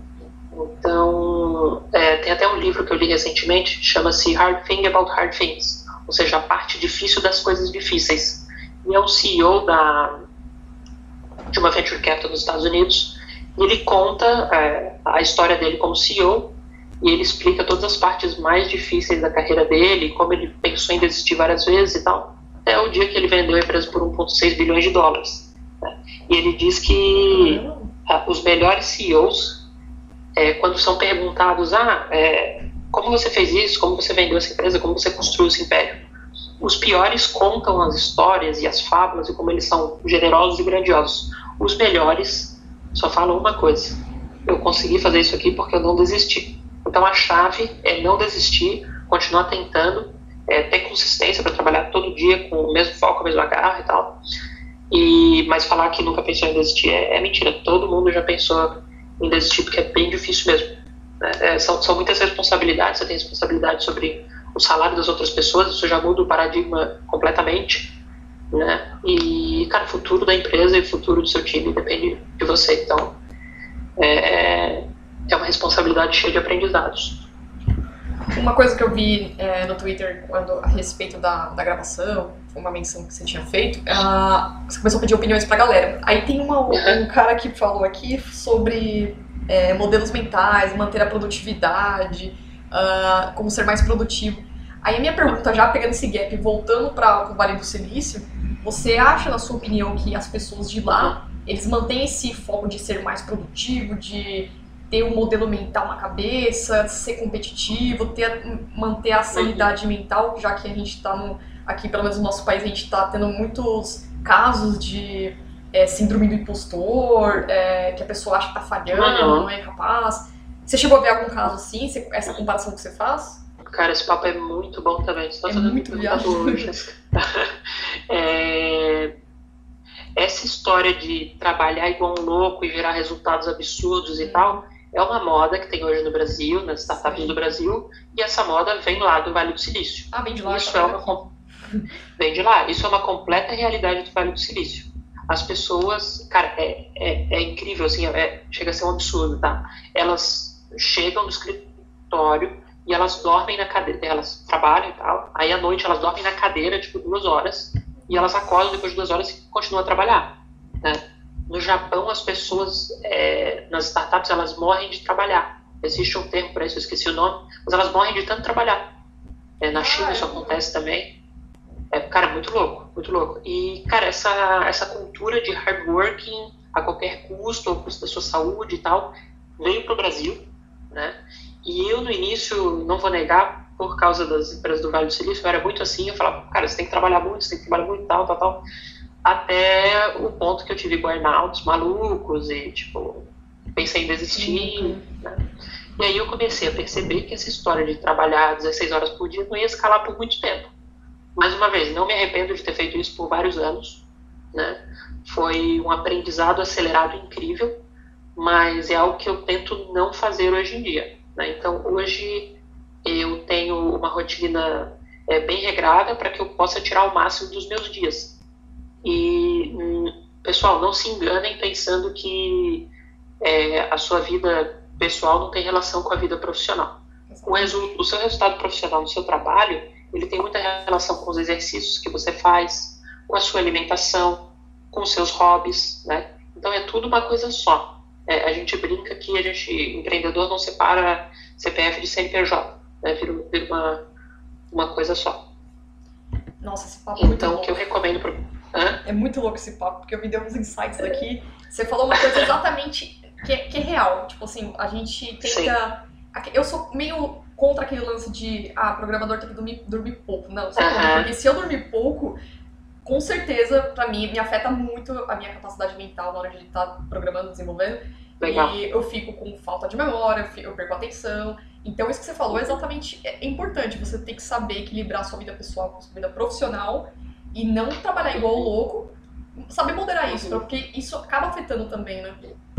[SPEAKER 3] Então, é, tem até um livro que eu li recentemente, chama-se Hard Thing About Hard Things, ou seja, a parte difícil das coisas difíceis. E é um C E O da, de uma venture capital nos Estados Unidos, e ele conta é, a história dele como C E O, e ele explica todas as partes mais difíceis da carreira dele, como ele pensou em desistir várias vezes e tal, até o dia que ele vendeu a empresa por um vírgula seis bilhões de dólares. Né? E ele diz que ah, os melhores C E Os, é, quando são perguntados, ah, é, como você fez isso, como você vendeu essa empresa, como você construiu esse império, os piores contam as histórias e as fábulas e como eles são generosos e grandiosos. Os melhores só falam uma coisa: eu consegui fazer isso aqui porque eu não desisti. Então a chave é não desistir, continuar tentando, é, ter consistência para trabalhar todo dia com o mesmo foco, a mesma garra e tal. E, mas falar que nunca pensou em desistir é, é mentira. Todo mundo já pensou em desistir porque é bem difícil mesmo. É, são, são muitas responsabilidades. Você tem responsabilidade sobre o salário das outras pessoas, isso já muda o paradigma completamente, né? E, cara, o futuro da empresa e o futuro do seu time depende de você. Então, é, é uma responsabilidade cheia de aprendizados.
[SPEAKER 2] Uma coisa que eu vi é, no Twitter quando, a respeito da, da gravação, foi uma menção que você tinha feito, uh, você começou a pedir opiniões pra galera. Aí tem uma, um cara que falou aqui sobre é, modelos mentais, manter a produtividade, uh, como ser mais produtivo. Aí a minha pergunta, já pegando esse gap, voltando para o Vale do Silício, você acha, na sua opinião, que as pessoas de lá, eles mantêm esse foco de ser mais produtivo, de ter um modelo mental na cabeça, ser competitivo, ter, manter a sanidade mental, já que a gente está no, aqui, pelo menos no nosso país, a gente está tendo muitos casos de é, síndrome do impostor, é, que a pessoa acha que está falhando, uhum. não é capaz. Você chegou a ver algum caso assim, essa comparação que você faz?
[SPEAKER 3] Cara, esse papo é muito bom também. Você tá
[SPEAKER 2] é
[SPEAKER 3] fazendo
[SPEAKER 2] muito viagem.
[SPEAKER 3] Hoje. é... Essa história de trabalhar igual um louco e gerar resultados absurdos e tal, é uma moda que tem hoje no Brasil, nas startups Sim. do Brasil, e essa moda vem lá do Vale do Silício.
[SPEAKER 2] Ah, vem de lá.
[SPEAKER 3] Isso
[SPEAKER 2] tá
[SPEAKER 3] é uma vem de lá. Isso é uma completa realidade do Vale do Silício. As pessoas, cara, é, é, é incrível, assim, é, chega a ser um absurdo, tá? Elas chegam no escritório e elas dormem na cadeira, elas trabalham e tal, aí à noite elas dormem na cadeira, tipo, duas horas, e elas acordam depois de duas horas e continuam a trabalhar, né? No Japão, as pessoas, é, nas startups, elas morrem de trabalhar. Existe um termo para isso, eu esqueci o nome, mas elas morrem de tanto trabalhar. É, na China isso acontece também. É, cara, muito louco, muito louco. E, cara, essa, essa cultura de hard working a qualquer custo, ao custo da sua saúde e tal, veio para o Brasil, né? E eu, no início, não vou negar, por causa das empresas do Vale do Silício, eu era muito assim, eu falava, cara, você tem que trabalhar muito, você tem que trabalhar muito, tal, tal, tal. Até o ponto que eu tive burnouts malucos e, tipo, pensei em desistir, uhum. né? E aí eu comecei a perceber que essa história de trabalhar dezesseis horas por dia não ia escalar por muito tempo. Mais uma vez, não me arrependo de ter feito isso por vários anos, né? Foi um aprendizado acelerado incrível, mas é algo que eu tento não fazer hoje em dia, né? Então, hoje eu tenho uma rotina é, bem regrada para que eu possa tirar o máximo dos meus dias. E, hum, pessoal, não se enganem pensando que é, a sua vida pessoal não tem relação com a vida profissional. O, resu- o seu resultado profissional no seu trabalho, ele tem muita relação com os exercícios que você faz, com a sua alimentação, com os seus hobbies, né? Então é tudo uma coisa só. É, a gente brinca que a gente, empreendedor, não separa C P F de C N P J, né? Vira, vira uma, uma coisa só.
[SPEAKER 2] Nossa, esse papo é muito
[SPEAKER 3] Então,
[SPEAKER 2] louco.
[SPEAKER 3] o que eu recomendo pro... Hã?
[SPEAKER 2] É muito louco esse papo, porque eu me dei uns insights aqui. Você falou uma coisa exatamente que é, que é real. Tipo assim, a gente tenta... Sim. Eu sou meio contra aquele lance de, ah, programador tem que dormir, dormir pouco. Não, só
[SPEAKER 3] Uhum.
[SPEAKER 2] porque se eu dormir pouco, com certeza, pra mim, me afeta muito a minha capacidade mental na hora de estar programando, desenvolvendo.
[SPEAKER 3] Legal.
[SPEAKER 2] E eu fico com falta de memória, eu, fico, eu perco a atenção. Então, isso que você falou é exatamente é importante. Você tem que saber equilibrar a sua vida pessoal com a sua vida profissional e não trabalhar igual louco. Saber moderar isso, porque isso acaba afetando também, né?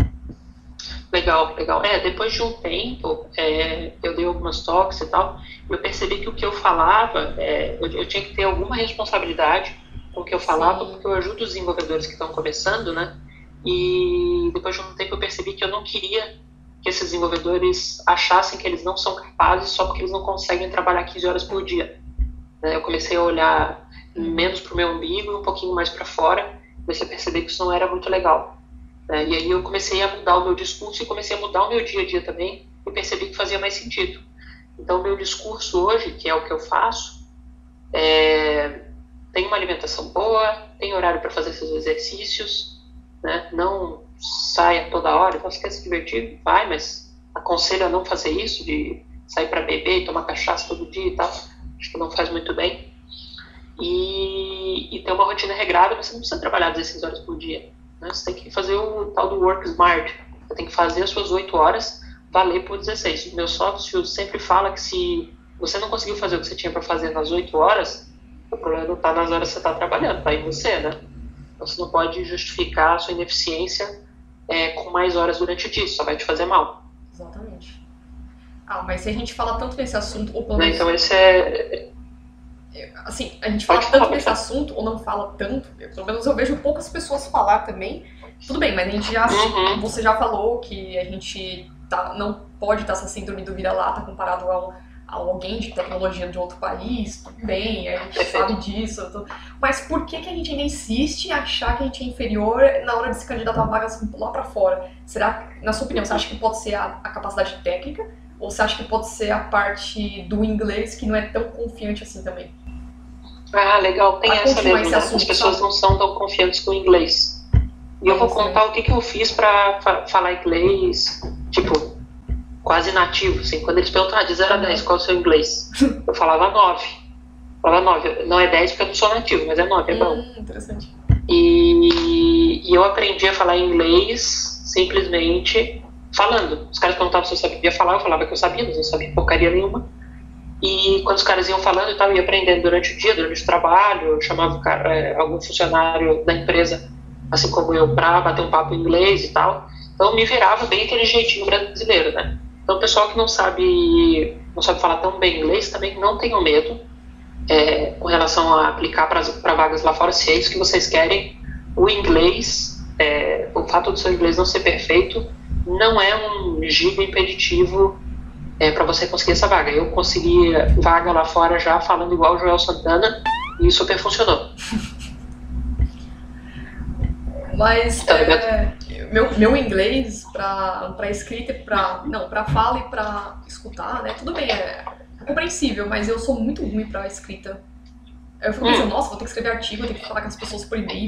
[SPEAKER 3] Legal, legal. É, depois de um tempo, é, eu dei algumas talks e tal, eu percebi que o que eu falava, é, eu, eu tinha que ter alguma responsabilidade com o que eu falava, Sim. porque eu ajudo os desenvolvedores que estão começando, né? E depois de um tempo eu percebi que eu não queria que esses desenvolvedores achassem que eles não são capazes só porque eles não conseguem trabalhar quinze horas por dia. Né? Eu comecei a olhar menos para o meu umbigo e um pouquinho mais para fora, comecei a perceber que isso não era muito legal. Né? E aí eu comecei a mudar o meu discurso e comecei a mudar o meu dia a dia também e percebi que fazia mais sentido. Então o meu discurso hoje, que é o que eu faço, é... tem uma alimentação boa, tem horário para fazer seus exercícios, né? Não saia toda hora, então se quer se divertir, vai, mas aconselho a não fazer isso, de sair para beber e tomar cachaça todo dia e tal, acho que não faz muito bem. E, e ter uma rotina regrada, mas você não precisa trabalhar dezesseis horas por dia, né? Você tem que fazer o tal do work smart, você tem que fazer as suas oito horas valer por dezesseis. O meu sócio sempre fala que se você não conseguiu fazer o que você tinha para fazer nas oito horas, o problema não está nas horas que você está trabalhando, está em você, né? Então você não pode justificar a sua ineficiência é, com mais horas durante o dia, isso só vai te fazer mal.
[SPEAKER 2] Exatamente. Ah, mas se a gente fala tanto nesse assunto, ou pelo
[SPEAKER 3] Né?
[SPEAKER 2] menos...
[SPEAKER 3] Então esse é...
[SPEAKER 2] Assim, a gente fala
[SPEAKER 3] Pode
[SPEAKER 2] tanto
[SPEAKER 3] falar,
[SPEAKER 2] nesse
[SPEAKER 3] pode
[SPEAKER 2] assunto, ou não fala tanto, eu, pelo menos eu vejo poucas pessoas falar também. Tudo bem, mas a gente já...
[SPEAKER 3] Uhum.
[SPEAKER 2] Você já falou que a gente tá, não pode estar essa síndrome do vira-lata comparado ao, a alguém de tecnologia de outro país. Tudo bem, a gente sabe disso. Tudo. Mas por que, que a gente ainda insiste em achar que a gente é inferior na hora de se candidatar a vagas lá pra fora? Será, na sua opinião, você acha que pode ser a, a capacidade técnica? Ou você acha que pode ser a parte do inglês que não é tão confiante assim também?
[SPEAKER 3] Ah, legal, tem
[SPEAKER 2] Pra
[SPEAKER 3] essa
[SPEAKER 2] continuar
[SPEAKER 3] mesmo,
[SPEAKER 2] esse
[SPEAKER 3] né?
[SPEAKER 2] assunto,
[SPEAKER 3] As pessoas
[SPEAKER 2] sabe?
[SPEAKER 3] não são tão confiantes com o inglês. E eu vou
[SPEAKER 2] Isso
[SPEAKER 3] contar o que, que eu fiz pra fa- falar inglês, tipo, quase nativo, assim. Quando eles perguntam, ah, de zero a dez, qual é o seu inglês? Eu falava nove. Falava nove. Não é dez porque eu não sou nativo, mas é nove, é bom.
[SPEAKER 2] Hum, interessante.
[SPEAKER 3] E, e eu aprendi a falar inglês simplesmente falando. Os caras perguntavam se eu sabia falar, eu falava que eu sabia, mas não sabia porcaria nenhuma. E quando os caras iam falando e tal, eu ia aprendendo durante o dia, durante o trabalho, eu chamava o cara, é, algum funcionário da empresa, assim como eu, pra bater um papo em inglês e tal. Então eu me virava bem aquele jeitinho brasileiro, né? Então o pessoal que não sabe, não sabe falar tão bem inglês também não tenham medo é, com relação a aplicar para vagas lá fora, se é isso que vocês querem. O inglês, é, o fato do seu inglês não ser perfeito, não é um giga impeditivo é, para você conseguir essa vaga. Eu consegui vaga lá fora já falando igual o Joel Santana e super funcionou.
[SPEAKER 2] Mas
[SPEAKER 3] Tá
[SPEAKER 2] é, meu, meu inglês pra, pra escrita, pra, não, pra fala e pra escutar, né? Tudo bem, é compreensível, mas eu sou muito ruim pra escrita. Eu fico pensando, nossa, vou ter que escrever artigo, vou ter que falar com as pessoas por e-mail.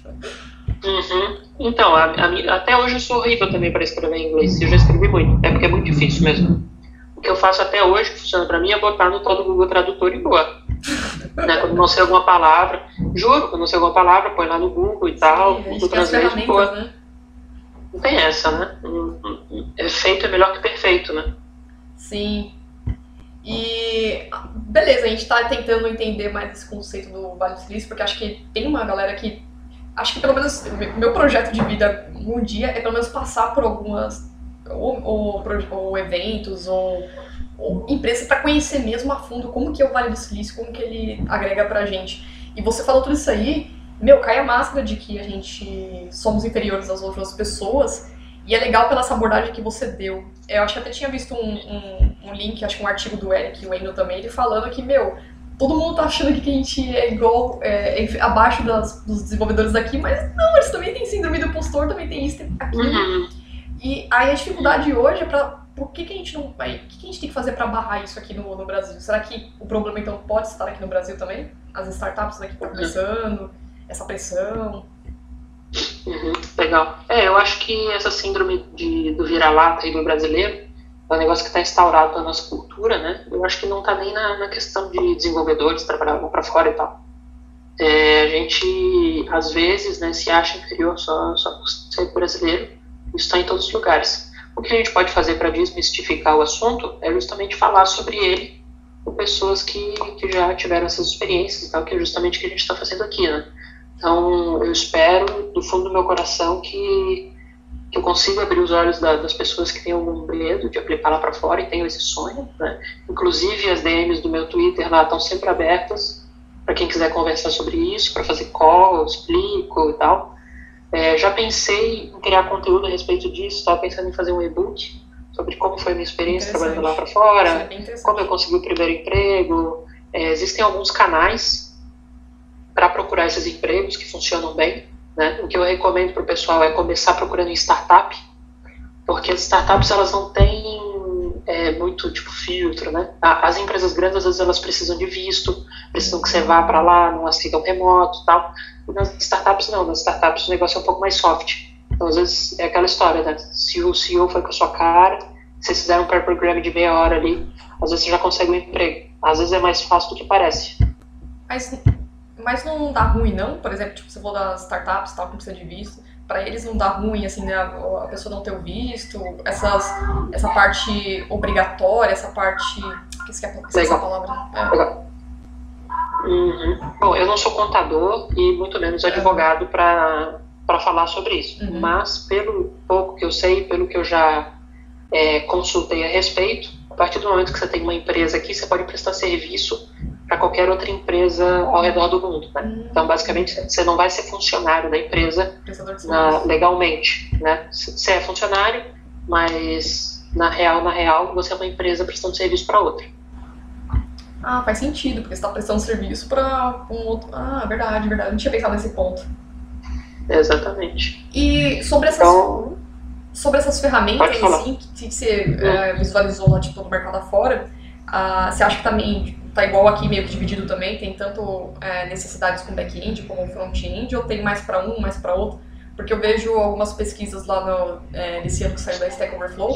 [SPEAKER 3] Uhum. Então, a, a, até hoje eu sou horrível também para escrever em inglês. Eu já escrevi muito, é porque é muito difícil mesmo. O que eu faço até hoje, que funciona para mim, é botar no tal do Google Tradutor e boa. Né? Quando não sei alguma palavra, juro, quando não sei alguma palavra, põe lá no Google e tal.
[SPEAKER 2] Sim, a gente
[SPEAKER 3] Google
[SPEAKER 2] tem as
[SPEAKER 3] Translate, boa.
[SPEAKER 2] ferramentas, né?
[SPEAKER 3] Não tem essa, né? É feito é melhor que perfeito, né?
[SPEAKER 2] Sim. E beleza, a gente tá tentando entender mais esse conceito do Vale do Silício, porque acho que tem uma galera que, acho que pelo menos meu projeto de vida um dia é pelo menos passar por algumas ou, ou, ou eventos ou, ou empresas para conhecer mesmo a fundo como que é o Vale do Silício, como que ele agrega pra gente. E você falou tudo isso aí, meu, cai a máscara de que a gente somos inferiores às outras pessoas. E é legal pela essa abordagem que você deu. Eu acho que até tinha visto um, um, um link, acho que um artigo do Eric Wendel também, ele falando que, meu, todo mundo tá achando que a gente é igual, é, é abaixo das, dos desenvolvedores daqui, mas não, eles também têm síndrome do impostor, também tem isso, tem aquilo.
[SPEAKER 3] Uhum.
[SPEAKER 2] E aí a dificuldade hoje é pra, por que, que a gente não, vai, o que, que a gente tem que fazer pra barrar isso aqui no, no Brasil? Será que o problema então pode estar aqui no Brasil também? As startups daqui estão começando, essa pressão...
[SPEAKER 3] Uhum, legal. É, eu acho que essa síndrome de, do vira-lata aí do brasileiro é um negócio que está instaurado na nossa cultura, né? Eu acho que não está nem na, na questão de desenvolvedores trabalhar para fora e tal. É, a gente, às vezes, né, se acha inferior só, só por ser brasileiro. Isso está em todos os lugares. O que a gente pode fazer para desmistificar o assunto é justamente falar sobre ele com pessoas que, que já tiveram essas experiências e tal, que é justamente o que a gente está fazendo aqui, né? Então, eu espero, do fundo do meu coração, que, que eu consiga abrir os olhos da, das pessoas que têm algum medo de aplicar lá para fora e tenham esse sonho, né? Inclusive, as D Ms do meu Twitter lá estão sempre abertas para quem quiser conversar sobre isso, para fazer call, eu explico e tal. É, já pensei em criar conteúdo a respeito disso, estava pensando em fazer um e-book sobre como foi a minha experiência trabalhando lá para fora, como eu consegui o primeiro emprego. É, existem alguns canais para procurar esses empregos que funcionam bem, né? O que eu recomendo para o pessoal é começar procurando em startup, porque as startups elas não têm é, muito tipo filtro, né? As empresas grandes às vezes elas precisam de visto, precisam que você vá para lá, não aceitam remoto, tal. E nas startups não, nas startups o negócio é um pouco mais soft. Então às vezes é aquela história, né? Se o C E O foi com a sua cara, vocês fizeram um pair program de meia hora ali, às vezes você já consegue um emprego. Às vezes é mais fácil do que parece.
[SPEAKER 2] Mas Mas não dá ruim, não? Por exemplo, tipo, você falou das startups, tal, que precisa de visto. Pra eles não dá ruim, assim, né? A pessoa não ter o visto, essas, essa parte obrigatória, essa parte... Esqueci essa palavra. É.
[SPEAKER 3] Uhum. Bom, eu não sou contador e muito menos advogado para para falar sobre isso.
[SPEAKER 2] Uhum.
[SPEAKER 3] Mas, pelo pouco que eu sei, pelo que eu já é, consultei a respeito, partir do momento que você tem uma empresa aqui, você pode prestar serviço para qualquer outra empresa ao redor do mundo, né? Uhum. Então, basicamente, você não vai ser funcionário da empresa na, legalmente, né? Você é funcionário, mas na real, na real, você é uma empresa prestando serviço para outra.
[SPEAKER 2] Ah, faz sentido, porque você está prestando serviço para um outro... Ah, verdade, verdade. Não tinha pensado nesse ponto.
[SPEAKER 3] Exatamente.
[SPEAKER 2] E sobre essas, então, sobre essas ferramentas assim, que, que você hum. é, visualizou lá tipo, no mercado afora, ah, você acha que também está igual aqui, meio que dividido também? Tem tanto é, necessidades com back-end como front-end, ou tem mais para um, mais para outro? Porque eu vejo algumas pesquisas lá no, é, nesse ano que saiu da Stack Overflow,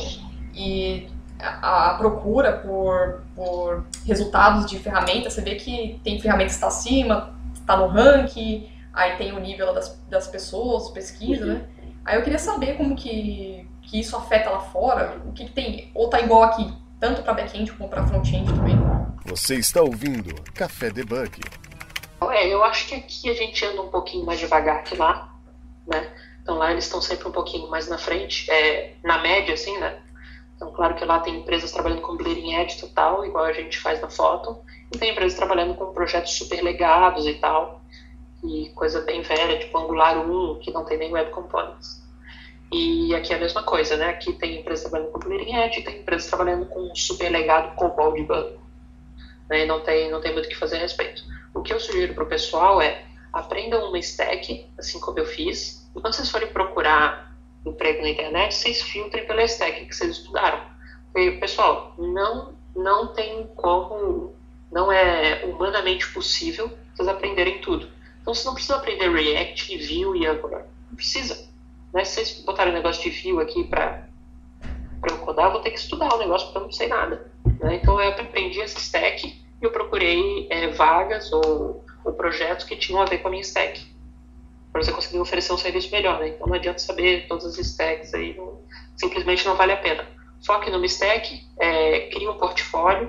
[SPEAKER 2] e a, a procura por, por resultados de ferramentas, você vê que tem ferramentas que está acima, está no ranking, aí tem o nível das, das pessoas, pesquisa, né? Aí eu queria saber como que, que isso afeta lá fora, o que, que tem, ou tá igual aqui, tanto para back-end como para front-end também.
[SPEAKER 1] Você está ouvindo Café Debug.
[SPEAKER 3] É, eu acho que aqui a gente anda um pouquinho mais devagar que lá, né? Então lá eles estão sempre um pouquinho mais na frente, é, na média, assim, né? Então, claro que lá tem empresas trabalhando com bleeding edge total, igual a gente faz na foto, e tem empresas trabalhando com projetos super legados e tal, e coisa bem velha, tipo Angular um, que não tem nem Web Components. E aqui é a mesma coisa, né? Aqui tem empresas trabalhando com bleeding edge, tem empresas trabalhando com super legado COBOL de banco, né? E não tem, não tem muito o que fazer a respeito. O que eu sugiro para o pessoal é, aprendam uma stack, assim como eu fiz, e quando vocês forem procurar emprego na internet, vocês filtrem pela stack que vocês estudaram. Porque, pessoal, não, não tem como, não é humanamente possível vocês aprenderem tudo. Então, você não precisa aprender React, Vue e Angular. Não precisa. Né? Se vocês botarem um negócio de Vue aqui para eu codar, eu vou ter que estudar o negócio porque eu não sei nada. Né? Então, eu aprendi essa stack e eu procurei é, vagas ou, ou projetos que tinham a ver com a minha stack, para você conseguir oferecer um serviço melhor. Né? Então, não adianta saber todas as stacks aí, não, simplesmente não vale a pena. Foque numa stack, é, crie um portfólio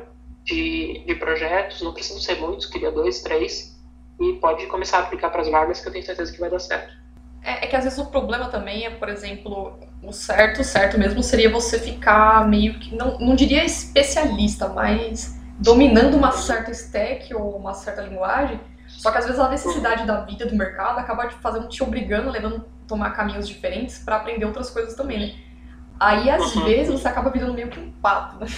[SPEAKER 3] de, de projetos, não precisam ser muitos, cria dois, três, e pode começar a aplicar para as vagas, que eu tenho certeza que vai dar certo.
[SPEAKER 2] É, é que às vezes o problema também é, por exemplo, o certo, certo mesmo seria você ficar meio que, não, não diria especialista, mas dominando uma certa stack ou uma certa linguagem, só que às vezes a necessidade da vida do mercado acaba te fazendo, te obrigando, levando a tomar caminhos diferentes para aprender outras coisas também, né? Aí às uhum. vezes você acaba virando meio que um pato, né?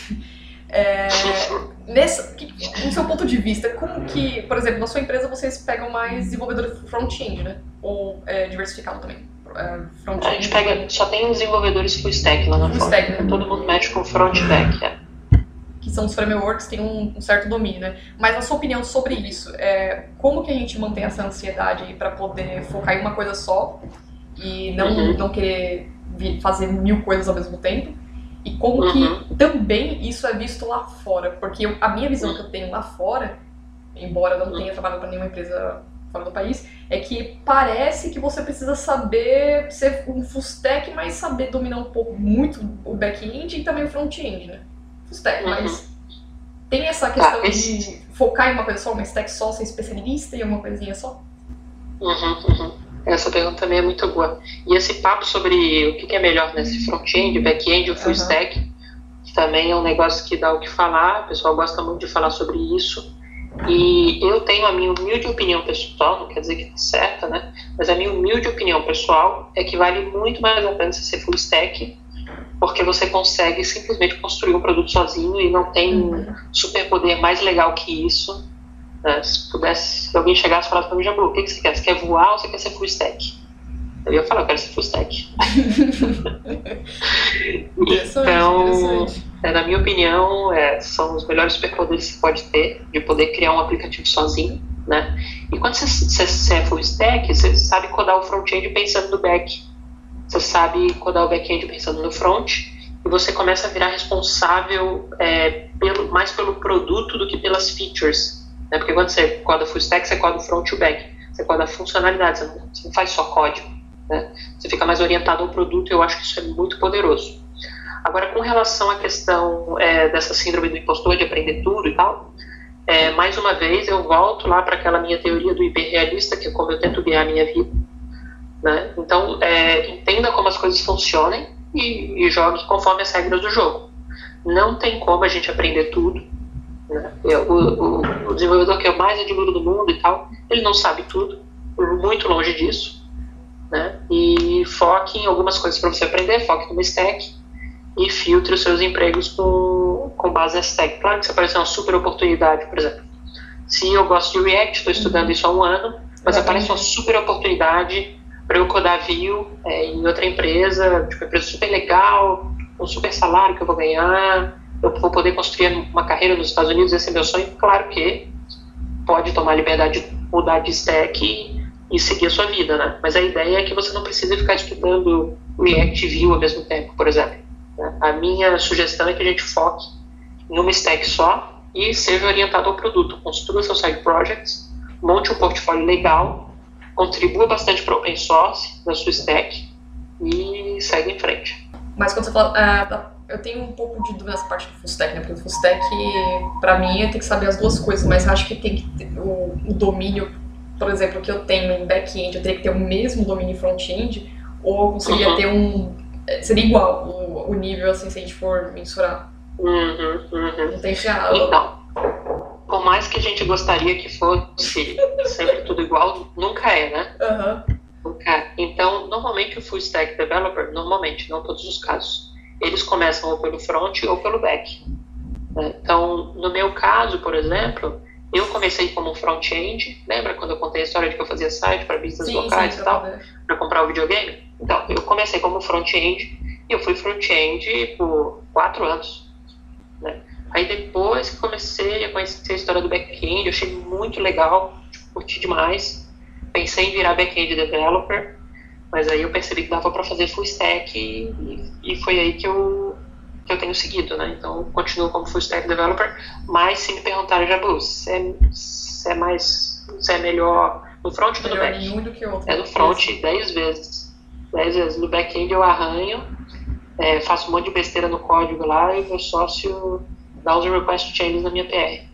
[SPEAKER 2] É, nesse, que, no seu ponto de vista, como que, por exemplo, na sua empresa vocês pegam mais desenvolvedores front-end, né? Ou é, diversificado também? É,
[SPEAKER 3] front-end. A gente pega, só tem desenvolvedores full stack lá na
[SPEAKER 2] full stack, né?
[SPEAKER 3] Todo mundo mexe com front e back, é.
[SPEAKER 2] Que são os frameworks, tem um, um certo domínio, né? Mas na sua opinião sobre isso, é, como que a gente mantém essa ansiedade aí para poder focar em uma coisa só e não, uhum. não querer fazer mil coisas ao mesmo tempo? E como uhum. que também isso é visto lá fora? Porque eu, a minha visão que eu tenho lá fora, embora eu não tenha trabalhado para nenhuma empresa fora do país, é que parece que você precisa saber ser um full stack, mas saber dominar um pouco muito o back-end e também o front-end, né? Full stack, uhum. mas tem essa questão ah, esse... de focar em uma coisa só, uma stack só, ser especialista em uma coisinha só?
[SPEAKER 3] Uhum, uhum. Essa pergunta também é muito boa. E esse papo sobre o que é melhor nesse front-end, back-end ou full uhum. stack, também é um negócio que dá o que falar, o pessoal gosta muito de falar sobre isso. E eu tenho a minha humilde opinião pessoal, não quer dizer que está certa, né? Mas a minha humilde opinião pessoal é que vale muito mais a pena você ser full stack, porque você consegue simplesmente construir um produto sozinho e não tem um superpoder mais legal que isso. Se pudesse, se alguém chegasse e falasse para mim, Jambu, o que, que você quer? Você quer voar ou você quer ser full stack? Eu ia falar, eu quero ser full stack. Então, é, na minha opinião, é, são os melhores superpoderes que você pode ter, de poder criar um aplicativo sozinho, né? E quando você, você, você é full stack, você sabe codar o front-end pensando no back. Você sabe codar o back-end pensando no front, e você começa a virar responsável é, pelo, mais pelo produto do que pelas features. Né? Porque quando você coda full stack, você coda o front e o back. Você coda a funcionalidade, você não, você não faz só código. Né? Você fica mais orientado ao produto, e eu acho que isso é muito poderoso. Agora, com relação à questão é, dessa síndrome do impostor, de aprender tudo e tal, é, mais uma vez eu volto lá para aquela minha teoria do hiperrealista, que é como eu tento guiar a minha vida. Né? Então, é, entenda como as coisas funcionem e, e jogue conforme as regras do jogo. não tem como a gente aprender tudo, né? Eu, o, o, o desenvolvedor que eu mais admiro do mundo e tal, ele não sabe tudo, muito longe disso, né? E foque em algumas coisas para você aprender, foque numa stack e filtre os seus empregos com, com base nessa stack. Claro que você aparece uma super oportunidade, por exemplo. Se eu gosto de React, estou estudando isso há um ano, mas aparece uma super oportunidade para eu codar Vue é, em outra empresa, tipo, uma empresa super legal, um super salário que eu vou ganhar, eu vou poder construir uma carreira nos Estados Unidos, esse é meu sonho. Claro que pode tomar a liberdade de mudar de stack e, e seguir a sua vida, né? Mas a ideia é que você não precisa ficar estudando React e Vue ao mesmo tempo, por exemplo. Né? A minha sugestão é que a gente foque numa stack só e seja orientado ao produto. Construa seus side projects, monte um portfólio legal, contribua bastante para o open source da sua stack e segue em frente.
[SPEAKER 2] Mas quando você fala, uh, eu tenho um pouco de dúvida nessa parte do full stack, né? Porque o full stack, pra mim, é ter que saber as duas coisas, mas eu acho que tem que ter o, o domínio, por exemplo, que eu tenho em back-end, eu teria que ter o mesmo domínio em front-end, ou eu conseguiria uhum. ter um... seria igual o, o nível, assim, se a gente for mensurar.
[SPEAKER 3] Uhum, uhum.
[SPEAKER 2] Não tem que ser...
[SPEAKER 3] Então, por mais que a gente gostaria que fosse sempre tudo igual, nunca é, né?
[SPEAKER 2] Uhum.
[SPEAKER 3] Nunca é. Então, normalmente o full stack developer, normalmente, não todos os casos, eles começam ou pelo front ou pelo back. Então, no meu caso, por exemplo, eu comecei como front-end. Lembra quando eu contei a história de que eu fazia site para business sim, locais sim, e tal, para comprar o videogame? Então, eu comecei como front-end e eu fui front-end por quatro anos. Né? Aí depois que comecei a conhecer a história do back-end, eu achei muito legal, tipo, curti demais. Pensei em virar back-end developer, mas aí eu percebi que dava para fazer full stack e, e foi aí que eu, que eu tenho seguido, né? Então, continuo como full stack developer, mas se me perguntarem, já, você é, você é mais, você é melhor no front ou no back?
[SPEAKER 2] Nenhum do que outro.
[SPEAKER 3] É no front dez vezes. dez vezes. No back-end eu arranho, é, faço um monte de besteira no código lá e o meu sócio dá os request changes na minha P R.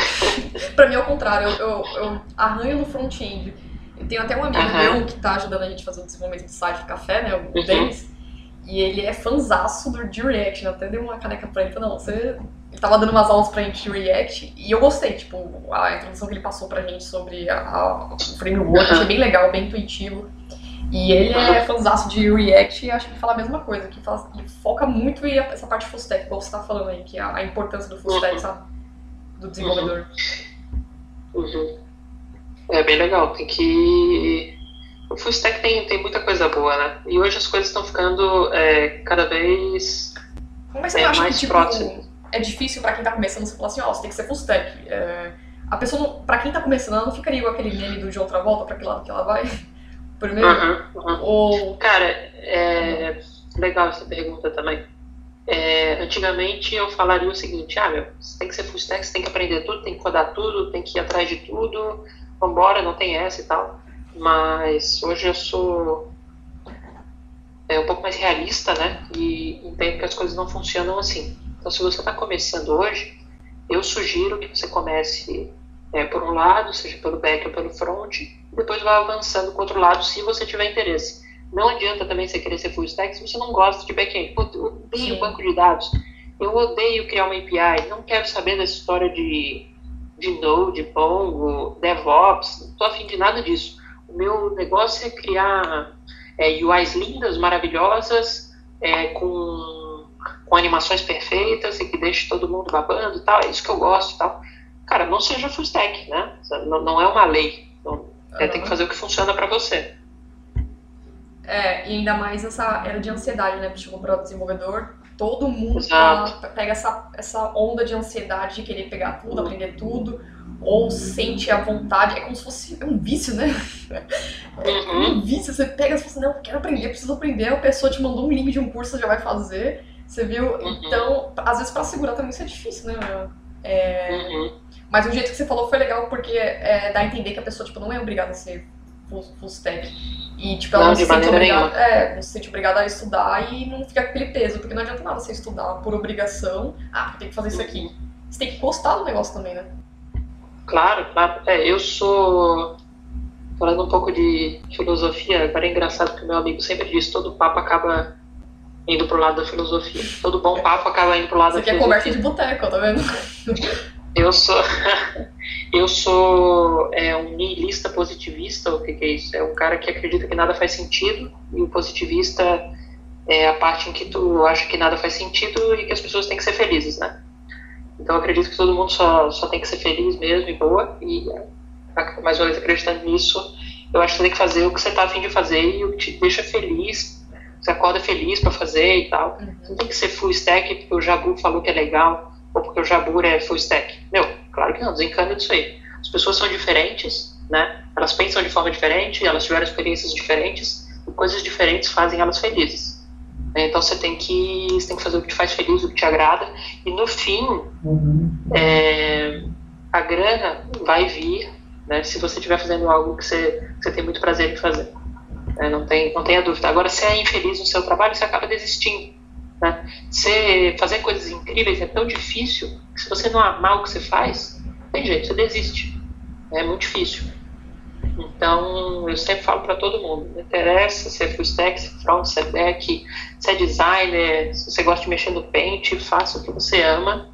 [SPEAKER 2] Pra mim é o contrário, eu, eu, eu arranho no front-end. Eu tenho até um amigo uhum. meu que tá ajudando a gente a fazer o desenvolvimento do site do café, né, o uhum. Denis, e ele é fanzaço do de React, né? Até dei uma caneca pra ele, falei, não, você... Ele tava dando umas aulas pra gente de React, e eu gostei, tipo, a introdução que ele passou pra gente sobre a, a, o framework, uhum. achei bem legal, bem intuitivo. E ele é fanzaço de React e acho que ele fala a mesma coisa, que fala, ele foca muito em essa parte full stack, igual você tá falando aí, que é a, a importância do full stack, sabe? Do desenvolvedor.
[SPEAKER 3] Uhum. Uhum. É bem legal, tem que... O full stack tem, tem muita coisa boa, né? E hoje as coisas estão ficando é, cada vez
[SPEAKER 2] Mas você
[SPEAKER 3] é,
[SPEAKER 2] não acha
[SPEAKER 3] mais
[SPEAKER 2] que, tipo,
[SPEAKER 3] próximas.
[SPEAKER 2] É difícil pra quem tá começando, você falar assim, ó, oh, você tem que ser full stack. É, a pessoa, não, pra quem tá começando, ela não ficaria igual aquele meme do de outra volta, pra que lado que ela vai? Primeiro?
[SPEAKER 3] Uhum, uhum.
[SPEAKER 2] Ou...
[SPEAKER 3] Cara, é legal essa pergunta também. É, antigamente eu falaria o seguinte, ah, meu, você tem que ser full stack, você tem que aprender tudo, tem que codar tudo, tem que ir atrás de tudo, vambora, não tem essa e tal. Mas hoje eu sou é, um pouco mais realista, né? E entendo que as coisas não funcionam assim. Então, se você está começando hoje, eu sugiro que você comece é, por um lado, seja pelo back ou pelo front, e depois vá avançando para o outro lado, se você tiver interesse. Não adianta também você querer ser full stack se você não gosta de back-end. Eu odeio banco de dados, eu odeio criar uma A P I, não quero saber dessa história de, de Node, Mongo, DevOps, não estou afim de nada disso. O meu negócio é criar é, U Is lindas, maravilhosas, é, com, com animações perfeitas e que deixe todo mundo babando e tal. É isso que eu gosto e tal. Cara, não seja full stack, né? Não, não é uma lei. Então, é, tem que fazer o que funciona para você.
[SPEAKER 2] É, e ainda mais essa era de ansiedade, né? Tipo, para o desenvolvedor, todo mundo tá, pega essa, essa onda de ansiedade de querer pegar tudo, uhum. aprender tudo, ou sente a vontade, é como se fosse é um vício, né? É um vício, você pega e fala assim, não, quero aprender, preciso aprender, a pessoa te mandou um link de um curso, você já vai fazer, você viu? Uhum. Então, às vezes para segurar também isso é difícil, né? É,
[SPEAKER 3] uhum.
[SPEAKER 2] Mas o jeito que você falou foi legal, porque é, dá a entender que a pessoa tipo, não é obrigada a ser full, full stack. E tipo, ela não, não se sente obrigada, é, não se sente obrigada a estudar e não fica com aquele peso, porque não adianta nada você estudar por obrigação, ah, porque tem que fazer isso aqui. Você tem que gostar do negócio também, né?
[SPEAKER 3] Claro, claro. É, eu sou... Falando um pouco de filosofia, agora é engraçado que o meu amigo sempre diz, todo papo acaba indo pro lado da filosofia. Todo bom papo acaba indo pro lado
[SPEAKER 2] Você
[SPEAKER 3] da
[SPEAKER 2] quer
[SPEAKER 3] filosofia.
[SPEAKER 2] conversa de boteco, tá vendo?
[SPEAKER 3] Eu sou, eu sou é, um nihilista positivista. O que, que é isso? É um cara que acredita que nada faz sentido, e o positivista é a parte em que tu acha que nada faz sentido e que as pessoas têm que ser felizes, né? Então eu acredito que todo mundo só, só tem que ser feliz mesmo e boa, e mais uma vez acreditando nisso, eu acho que você tem que fazer o que você tá a fim de fazer e o que te deixa feliz, você acorda feliz para fazer e tal. Uhum. Não tem que ser full stack porque o Jabu falou que é legal, ou porque o Jabur é full stack. Meu, claro que não, desencana disso aí. As pessoas são diferentes, né? Elas pensam de forma diferente, elas tiveram experiências diferentes, e coisas diferentes fazem elas felizes. Então você tem que, você tem que fazer o que te faz feliz, o que te agrada, e no fim, uhum. é, a grana vai vir, né, se você estiver fazendo algo que você, que você tem muito prazer em fazer. É, não, tem, não tenha dúvida. Agora, se é infeliz no seu trabalho, você acaba desistindo. Né? Você fazer coisas incríveis é tão difícil que se você não amar o que você faz, não tem jeito, você desiste. É muito difícil. Então, eu sempre falo para todo mundo, não interessa se é full stack, se é front, se é back, se é designer, se você gosta de mexer no Paint, faça o que você ama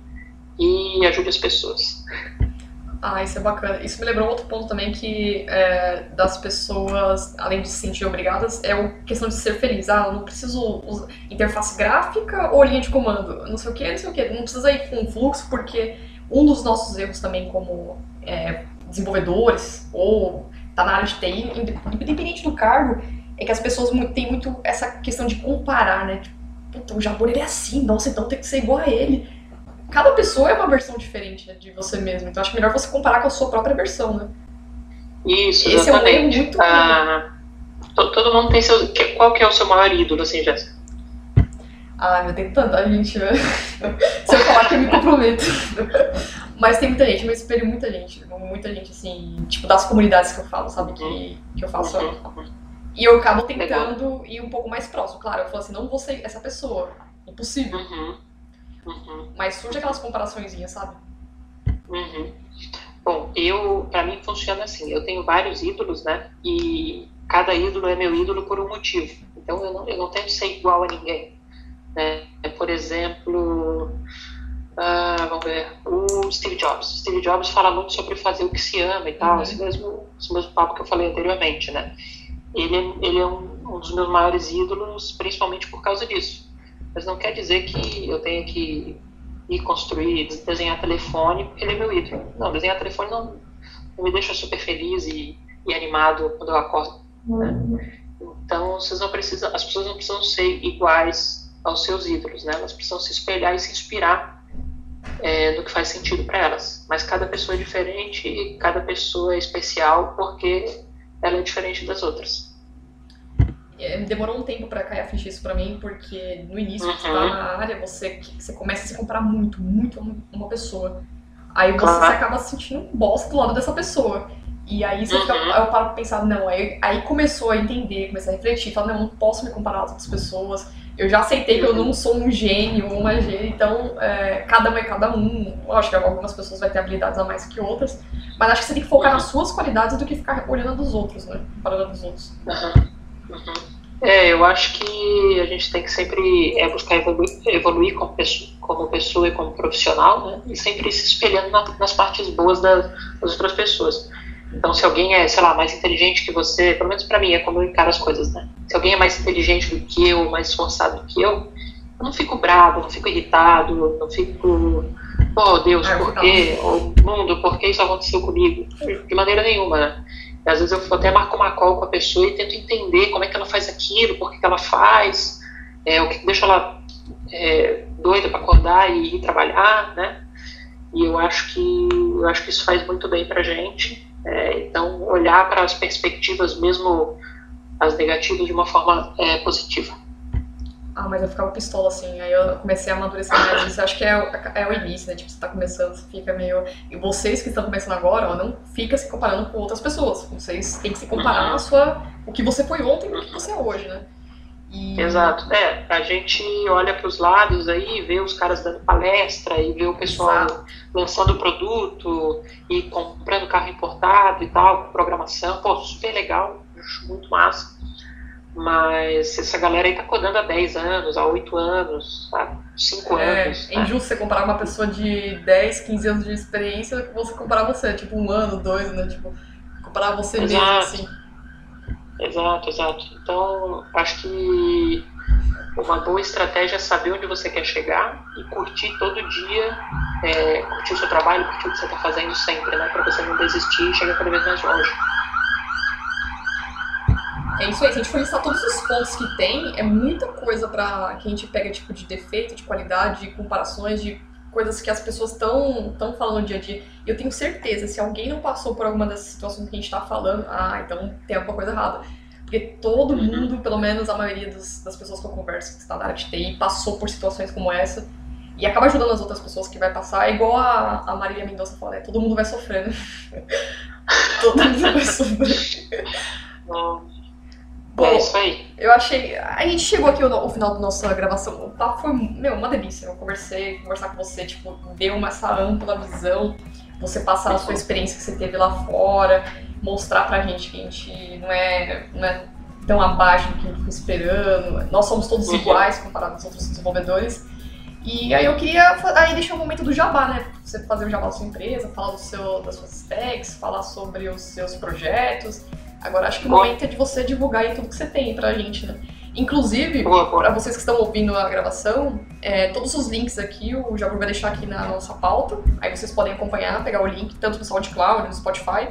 [SPEAKER 3] e ajude as pessoas.
[SPEAKER 2] Ah, isso é bacana. Isso me lembrou outro ponto também que é, das pessoas, além de se sentir obrigadas, é a questão de ser feliz. Ah, eu não preciso usar interface gráfica ou linha de comando, não sei o que, não sei o que. Não precisa ir com fluxo, porque um dos nossos erros também como é, desenvolvedores ou tá na área de T I, independente do cargo, é que as pessoas têm muito essa questão de comparar, né? Tipo, puta, o Jabur ele é assim, nossa, então tem que ser igual a ele. Cada pessoa é uma versão diferente, né, de você mesmo, então acho melhor você comparar com a sua própria versão, né?
[SPEAKER 3] Isso,
[SPEAKER 2] esse
[SPEAKER 3] exatamente.
[SPEAKER 2] É um erro muito
[SPEAKER 3] ah, to, todo mundo tem seu... Qual que é o seu maior ídolo, assim, Jéssica?
[SPEAKER 2] Ah, eu tenho tanta gente, né? Se eu falar que eu me comprometo. Mas tem muita gente, eu me espelho muita gente, muita gente, assim, tipo, das comunidades que eu falo, sabe, que, que eu faço. Uhum. E eu acabo tentando ir um pouco mais próximo. Claro, eu falo assim, não vou ser essa pessoa, impossível.
[SPEAKER 3] Uhum. Uhum.
[SPEAKER 2] Mas surge aquelas comparaçõezinhas, sabe?
[SPEAKER 3] Uhum. Bom, eu, pra mim funciona assim, eu tenho vários ídolos, né, e cada ídolo é meu ídolo por um motivo. Então eu não, eu não tento ser igual a ninguém, né? Por exemplo... Ah, vamos ver, o Steve Jobs. O Steve Jobs fala muito sobre fazer o que se ama e tal, uhum. esse, mesmo, esse mesmo papo que eu falei anteriormente, né? Ele, ele é um, um dos meus maiores ídolos, principalmente por causa disso. Mas não quer dizer que eu tenha que ir construir, desenhar telefone, porque ele é meu ídolo. Não, desenhar telefone não, não me deixa super feliz e, e animado quando eu acordo, uhum. né? Então, vocês não precisam, as pessoas não precisam ser iguais aos seus ídolos, né? Elas precisam se espelhar e se inspirar É, no que faz sentido para elas, mas cada pessoa é diferente e cada pessoa é especial porque ela é diferente das outras.
[SPEAKER 2] É, demorou um tempo para cair a ficha isso para mim, porque no início uhum. que você tá na área, você, você começa a se comparar muito, muito a uma pessoa. Aí você, uhum. você acaba se sentindo um bosta do lado dessa pessoa. E aí você uhum. fica, eu paro pra pensar, não, aí, aí começou a entender, comecei a refletir, falar, não, eu não posso me comparar com outras pessoas. Eu já aceitei que eu não sou um gênio ou uma gênia, então é, cada um é cada um. Eu acho que algumas pessoas vão ter habilidades a mais que outras, mas acho que você tem que focar nas suas qualidades do que ficar olhando dos outros, né? Comparando dos outros.
[SPEAKER 3] Uhum. Uhum. É, eu acho que a gente tem que sempre é, buscar evoluir, evoluir como, pessoa, como pessoa e como profissional, né? E sempre se espelhando na, nas partes boas das, das outras pessoas. Então, se alguém é, sei lá, mais inteligente que você, pelo menos pra mim, é como eu encaro as coisas, né? Se alguém é mais inteligente do que eu, mais esforçado do que eu, eu não fico bravo, não fico irritado, não fico, oh Deus, por quê? Ou mundo, por que isso aconteceu comigo? De maneira nenhuma, né? E, às vezes eu até marco uma call com a pessoa e tento entender como é que ela faz aquilo, por que, que ela faz, é, o que deixa ela é, doida pra acordar e ir trabalhar, né? E eu acho que, eu acho que isso faz muito bem pra gente. É, então, olhar para as perspectivas, mesmo as negativas, de uma forma é, positiva.
[SPEAKER 2] Ah, mas eu ficava pistola, assim, aí eu comecei a amadurecer mais isso. Acho que é, é o início, né? Tipo, você tá começando, você fica meio... E vocês que estão começando agora, ó, não fica se comparando com outras pessoas. Vocês têm que se comparar uhum. na sua... o que você foi ontem e o que você é hoje, né? E...
[SPEAKER 3] Exato. É, a gente olha para os lados aí, vê os caras dando palestra e vê o pessoal Exato. lançando produto e comprando carro importado e tal, com programação. Pô, super legal, acho muito massa. Mas essa galera aí tá codando há dez anos, há oito anos, há cinco
[SPEAKER 2] É,
[SPEAKER 3] anos.
[SPEAKER 2] é
[SPEAKER 3] né?
[SPEAKER 2] injusto você comparar uma pessoa de dez, quinze anos de experiência com você comparar você, tipo, um ano, dois, né? Tipo, comparar você mesmo,
[SPEAKER 3] Exato.
[SPEAKER 2] assim.
[SPEAKER 3] Exato, exato. Então, acho que uma boa estratégia é saber onde você quer chegar e curtir todo dia, é, curtir o seu trabalho, curtir o que você está fazendo sempre, né? Para você não desistir e chegar cada vez mais longe.
[SPEAKER 2] É isso aí, se a gente for listar todos os pontos que tem, é muita coisa pra que a gente pega, tipo, de defeito, de qualidade, de comparações, de coisas que as pessoas estão tão falando no dia a dia. E eu tenho certeza, se alguém não passou por alguma dessas situações que a gente tá falando, ah, então tem alguma coisa errada. Porque todo mundo, pelo menos a maioria dos, das pessoas que eu converso que está na área de T I, passou por situações como essa e acaba ajudando as outras pessoas que vai passar. É igual a, a Marília Mendonça fala, né? Todo mundo vai sofrer, né? Todo mundo vai sofrer.
[SPEAKER 3] Hum,
[SPEAKER 2] Bom,
[SPEAKER 3] é isso aí.
[SPEAKER 2] eu achei... A gente chegou aqui ao, ao final da nossa gravação. O papo foi, meu, uma delícia. Eu conversei, conversar com você, tipo, deu uma, essa ampla visão. Você passar a sua experiência que você teve lá fora, mostrar pra gente que a gente não é, não é tão abaixo do que a gente ficou esperando. Nós somos todos
[SPEAKER 3] Uhum.
[SPEAKER 2] iguais comparado aos outros desenvolvedores. E aí eu queria aí deixar o momento do jabá, né? Você fazer o jabá da sua empresa, falar do seu, das suas stacks, falar sobre os seus projetos. Agora acho que o momento é de você divulgar aí tudo que você tem pra gente, né? Inclusive,
[SPEAKER 3] Boa, boa.
[SPEAKER 2] para vocês que estão ouvindo a gravação, é, todos os links aqui o Jabur vai deixar aqui na nossa pauta. Aí vocês podem acompanhar, pegar o link tanto no SoundCloud, no Spotify.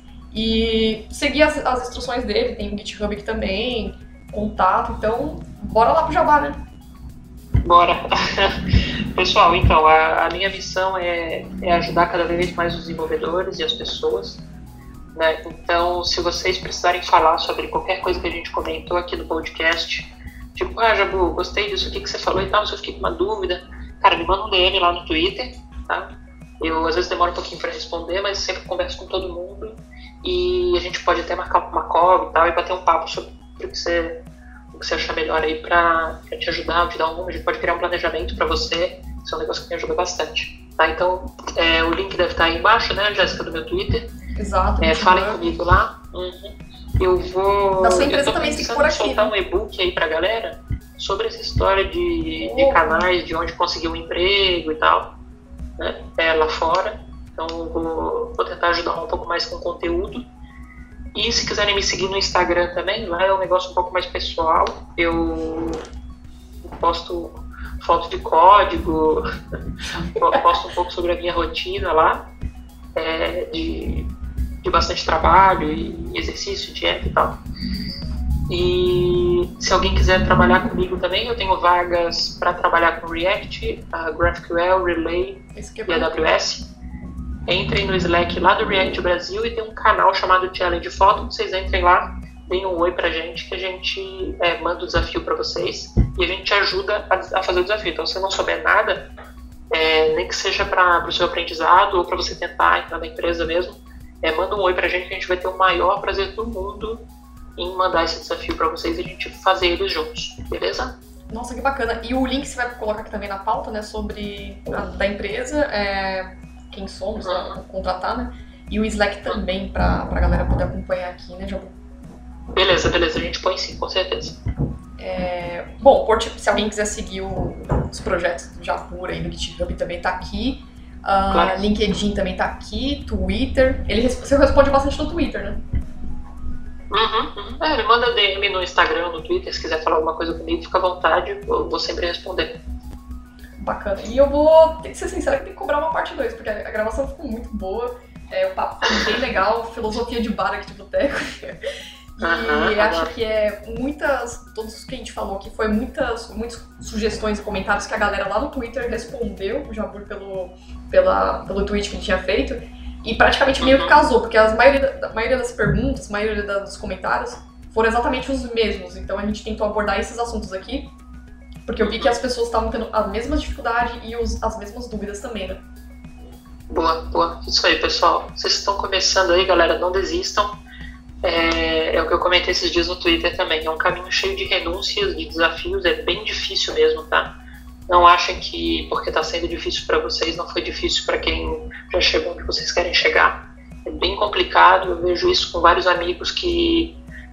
[SPEAKER 2] E seguir as, as instruções dele, tem o GitHub aqui também, contato. Então, bora lá pro Jabá, né?
[SPEAKER 3] Bora. Pessoal, então, a, a minha missão é, é ajudar cada vez mais os desenvolvedores e as pessoas. Né? Então, se vocês precisarem falar sobre qualquer coisa que a gente comentou aqui no podcast, tipo, ah, Jabu, gostei disso aqui que você falou e tal, se eu fiquei com uma dúvida, cara, me manda um D M lá no Twitter, tá? Eu, às vezes, demoro um pouquinho para responder, mas sempre converso com todo mundo e a gente pode até marcar uma call e tal e bater um papo sobre o que você, o que você achar melhor aí pra, pra te ajudar, te dar um número, a gente pode criar um planejamento para você, isso é um negócio que me ajuda bastante, tá? Então, é, o link deve estar aí embaixo, né, Jéssica, do meu Twitter.
[SPEAKER 2] Exato.
[SPEAKER 3] É, falem comigo lá. Uhum. Eu vou.
[SPEAKER 2] Da sua empresa
[SPEAKER 3] eu tô
[SPEAKER 2] também, você tem que
[SPEAKER 3] pensando
[SPEAKER 2] pôr
[SPEAKER 3] em
[SPEAKER 2] aqui,
[SPEAKER 3] soltar
[SPEAKER 2] né?
[SPEAKER 3] um e-book aí pra galera sobre essa história de, de
[SPEAKER 2] Oh.
[SPEAKER 3] canais, de onde conseguir um emprego e tal, né? É, lá fora. Então eu vou, vou tentar ajudar um pouco mais com conteúdo. E se quiserem me seguir no Instagram também, lá é um negócio um pouco mais pessoal. Eu posto foto de código, posto um pouco sobre a minha rotina lá, é, de, de bastante trabalho e exercício, dieta e tal. E se alguém quiser trabalhar comigo também, eu tenho vagas para trabalhar com React, a GraphQL, Relay
[SPEAKER 2] Esse aqui é
[SPEAKER 3] e A W S. Entrem no Slack lá do React Brasil e tem um canal chamado Challenge Photo. Vocês entrem lá, deem um oi pra gente, que a gente é, manda o desafio para vocês e a gente ajuda a, a fazer o desafio. Então, se você não souber nada, é, nem que seja para o seu aprendizado ou para você tentar entrar na empresa mesmo, é, manda um oi pra gente que a gente vai ter o maior prazer do mundo em mandar esse desafio para vocês e a gente fazer eles juntos, beleza?
[SPEAKER 2] Nossa, que bacana. E o link você vai colocar aqui também na pauta, né? Sobre a da empresa, é, quem somos,
[SPEAKER 3] Uhum.
[SPEAKER 2] né, contratar, né? E o Slack também, pra, pra galera poder acompanhar aqui, né, Jabu?
[SPEAKER 3] Beleza, beleza, a gente põe sim, com certeza.
[SPEAKER 2] É, bom, por, tipo, se alguém quiser seguir o- os projetos do Japur aí no GitHub também tá aqui. Ah,
[SPEAKER 3] Claro.
[SPEAKER 2] LinkedIn também tá aqui, Twitter. Ele, res- você responde bastante no Twitter, né?
[SPEAKER 3] Uhum, uhum. É, me manda D M no Instagram, no Twitter, se quiser falar alguma coisa comigo, fica à vontade, eu vou sempre responder.
[SPEAKER 2] Bacana. E eu vou ter que ser sincera que tem que cobrar uma parte dois, porque a gravação ficou muito boa. É, o papo foi bem legal, filosofia de bar aqui de boteco. E
[SPEAKER 3] Aham,
[SPEAKER 2] acho
[SPEAKER 3] aham.
[SPEAKER 2] que é muitas, todos os que a gente falou aqui, foi muitas, muitas sugestões e comentários que a galera lá no Twitter respondeu, o Jabur pelo, pela, pelo tweet que ele tinha feito, e praticamente meio que
[SPEAKER 3] Uhum.
[SPEAKER 2] casou, porque as maioria, a maioria das perguntas, a maioria dos comentários foram exatamente os mesmos, então a gente tentou abordar esses assuntos aqui, porque eu vi que as pessoas estavam tendo a mesma dificuldade e os, as mesmas dúvidas também, né?
[SPEAKER 3] Boa, boa. Isso aí, pessoal. Vocês estão começando aí, galera, não desistam. É, é o que eu comentei esses dias no Twitter também. É um caminho cheio de renúncias, de desafios, é bem difícil mesmo, tá? Não achem que porque tá sendo difícil para vocês, não foi difícil para quem já chegou onde vocês querem chegar. É bem complicado, eu vejo isso com vários amigos que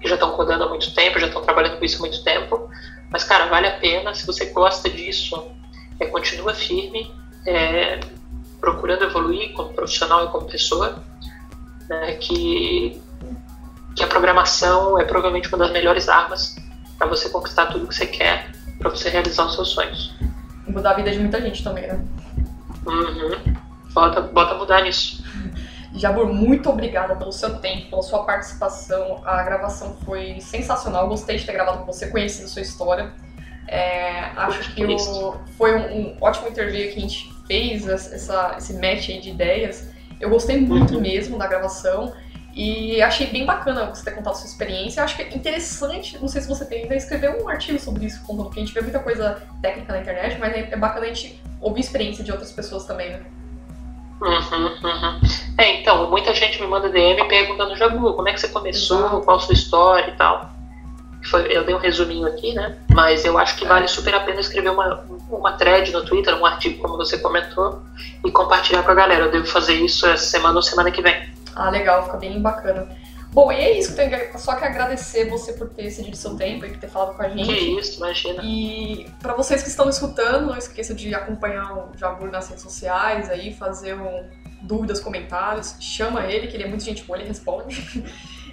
[SPEAKER 3] que já estão codando há muito tempo, já estão trabalhando com isso há muito tempo. Mas, cara, vale a pena. Se você gosta disso, é, continua firme, é, procurando evoluir como profissional e como pessoa, né, que, que a programação é provavelmente uma das melhores armas para você conquistar tudo que você quer, para você realizar os seus sonhos.
[SPEAKER 2] Mudar a vida de muita gente também, né?
[SPEAKER 3] Uhum. Bota, bota mudar nisso.
[SPEAKER 2] Jabur, muito obrigada pelo seu tempo, pela sua participação. A gravação foi sensacional. Gostei de ter gravado com você, conhecido sua história. É, acho que o, foi um, um ótimo interview que a gente fez, essa, esse match aí de ideias. Eu gostei muito mesmo da gravação e achei bem bacana você ter contado sua experiência. Acho que é interessante, não sei se você tem ainda, escrever um artigo sobre isso, contando, porque a gente vê muita coisa técnica na internet, mas é bacana a gente ouvir a experiência de outras pessoas também, né?
[SPEAKER 3] Uhum, uhum. É, então, muita gente me manda D M perguntando, Jabur, como é que você começou, Exato. Qual a sua história e tal. Eu dei um resuminho aqui, né? Mas eu acho que vale super a pena escrever uma, uma thread no Twitter, um artigo, como você comentou, e compartilhar com a galera. Eu devo fazer isso essa semana ou semana que vem.
[SPEAKER 2] Ah, legal, fica bem bacana. Bom, e é isso, eu tenho só que agradecer você por ter cedido seu tempo e por ter falado com a gente.
[SPEAKER 3] Que isso, imagina.
[SPEAKER 2] E para vocês que estão escutando, não esqueça de acompanhar o Jabur nas redes sociais, aí, fazer um, dúvidas, comentários, chama ele, que ele é muito gente boa, ele responde.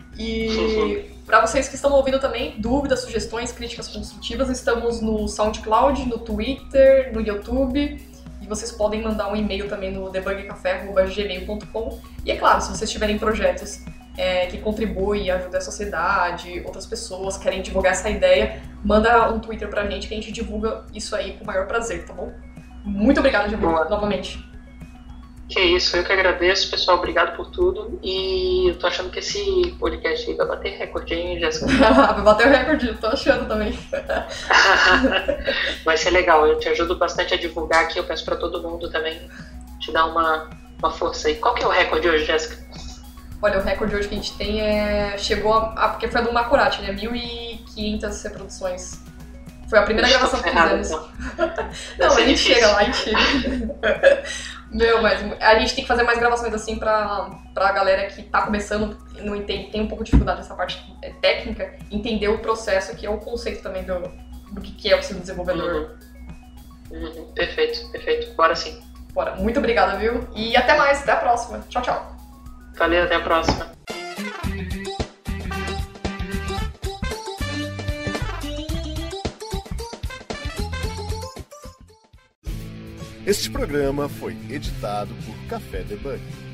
[SPEAKER 2] E para vocês que estão ouvindo também, dúvidas, sugestões, críticas construtivas, estamos no SoundCloud, no Twitter, no YouTube. E vocês podem mandar um e-mail também no debug café arroba gmail ponto com. E é claro, se vocês tiverem projetos é, que contribuem e ajudam a sociedade, outras pessoas querem divulgar essa ideia, manda um Twitter pra gente que a gente divulga isso aí com o maior prazer, tá bom? Muito obrigada, Jabur, novamente.
[SPEAKER 3] Que isso, eu que agradeço, pessoal, obrigado por tudo. E eu tô achando que esse podcast aí vai bater recorde, hein, Jéssica?
[SPEAKER 2] Vai bater o recorde, eu tô achando também.
[SPEAKER 3] Vai ser legal, eu te ajudo bastante a divulgar aqui, eu peço pra todo mundo também te dar uma, uma força aí. Qual que é o recorde hoje, Jéssica?
[SPEAKER 2] Olha, o recorde hoje que a gente tem é... chegou a... Ah, porque foi a do Makurati, né? mil e quinhentas reproduções. Foi a primeira gravação que fizemos. Então. Não, a gente difícil. chega lá, a gente chega. Meu, mas a gente tem que fazer mais gravações assim pra, pra galera que tá começando, não entende, tem um pouco de dificuldade nessa parte técnica, entender o processo, que é o conceito também do, do que é o ser desenvolvedor.
[SPEAKER 3] Uhum. Uhum. Perfeito, perfeito. Bora sim.
[SPEAKER 2] Bora. Muito obrigada, viu? E até mais, até a próxima. Tchau, tchau.
[SPEAKER 3] Valeu, até a próxima.
[SPEAKER 1] Este programa foi editado por Café Debug.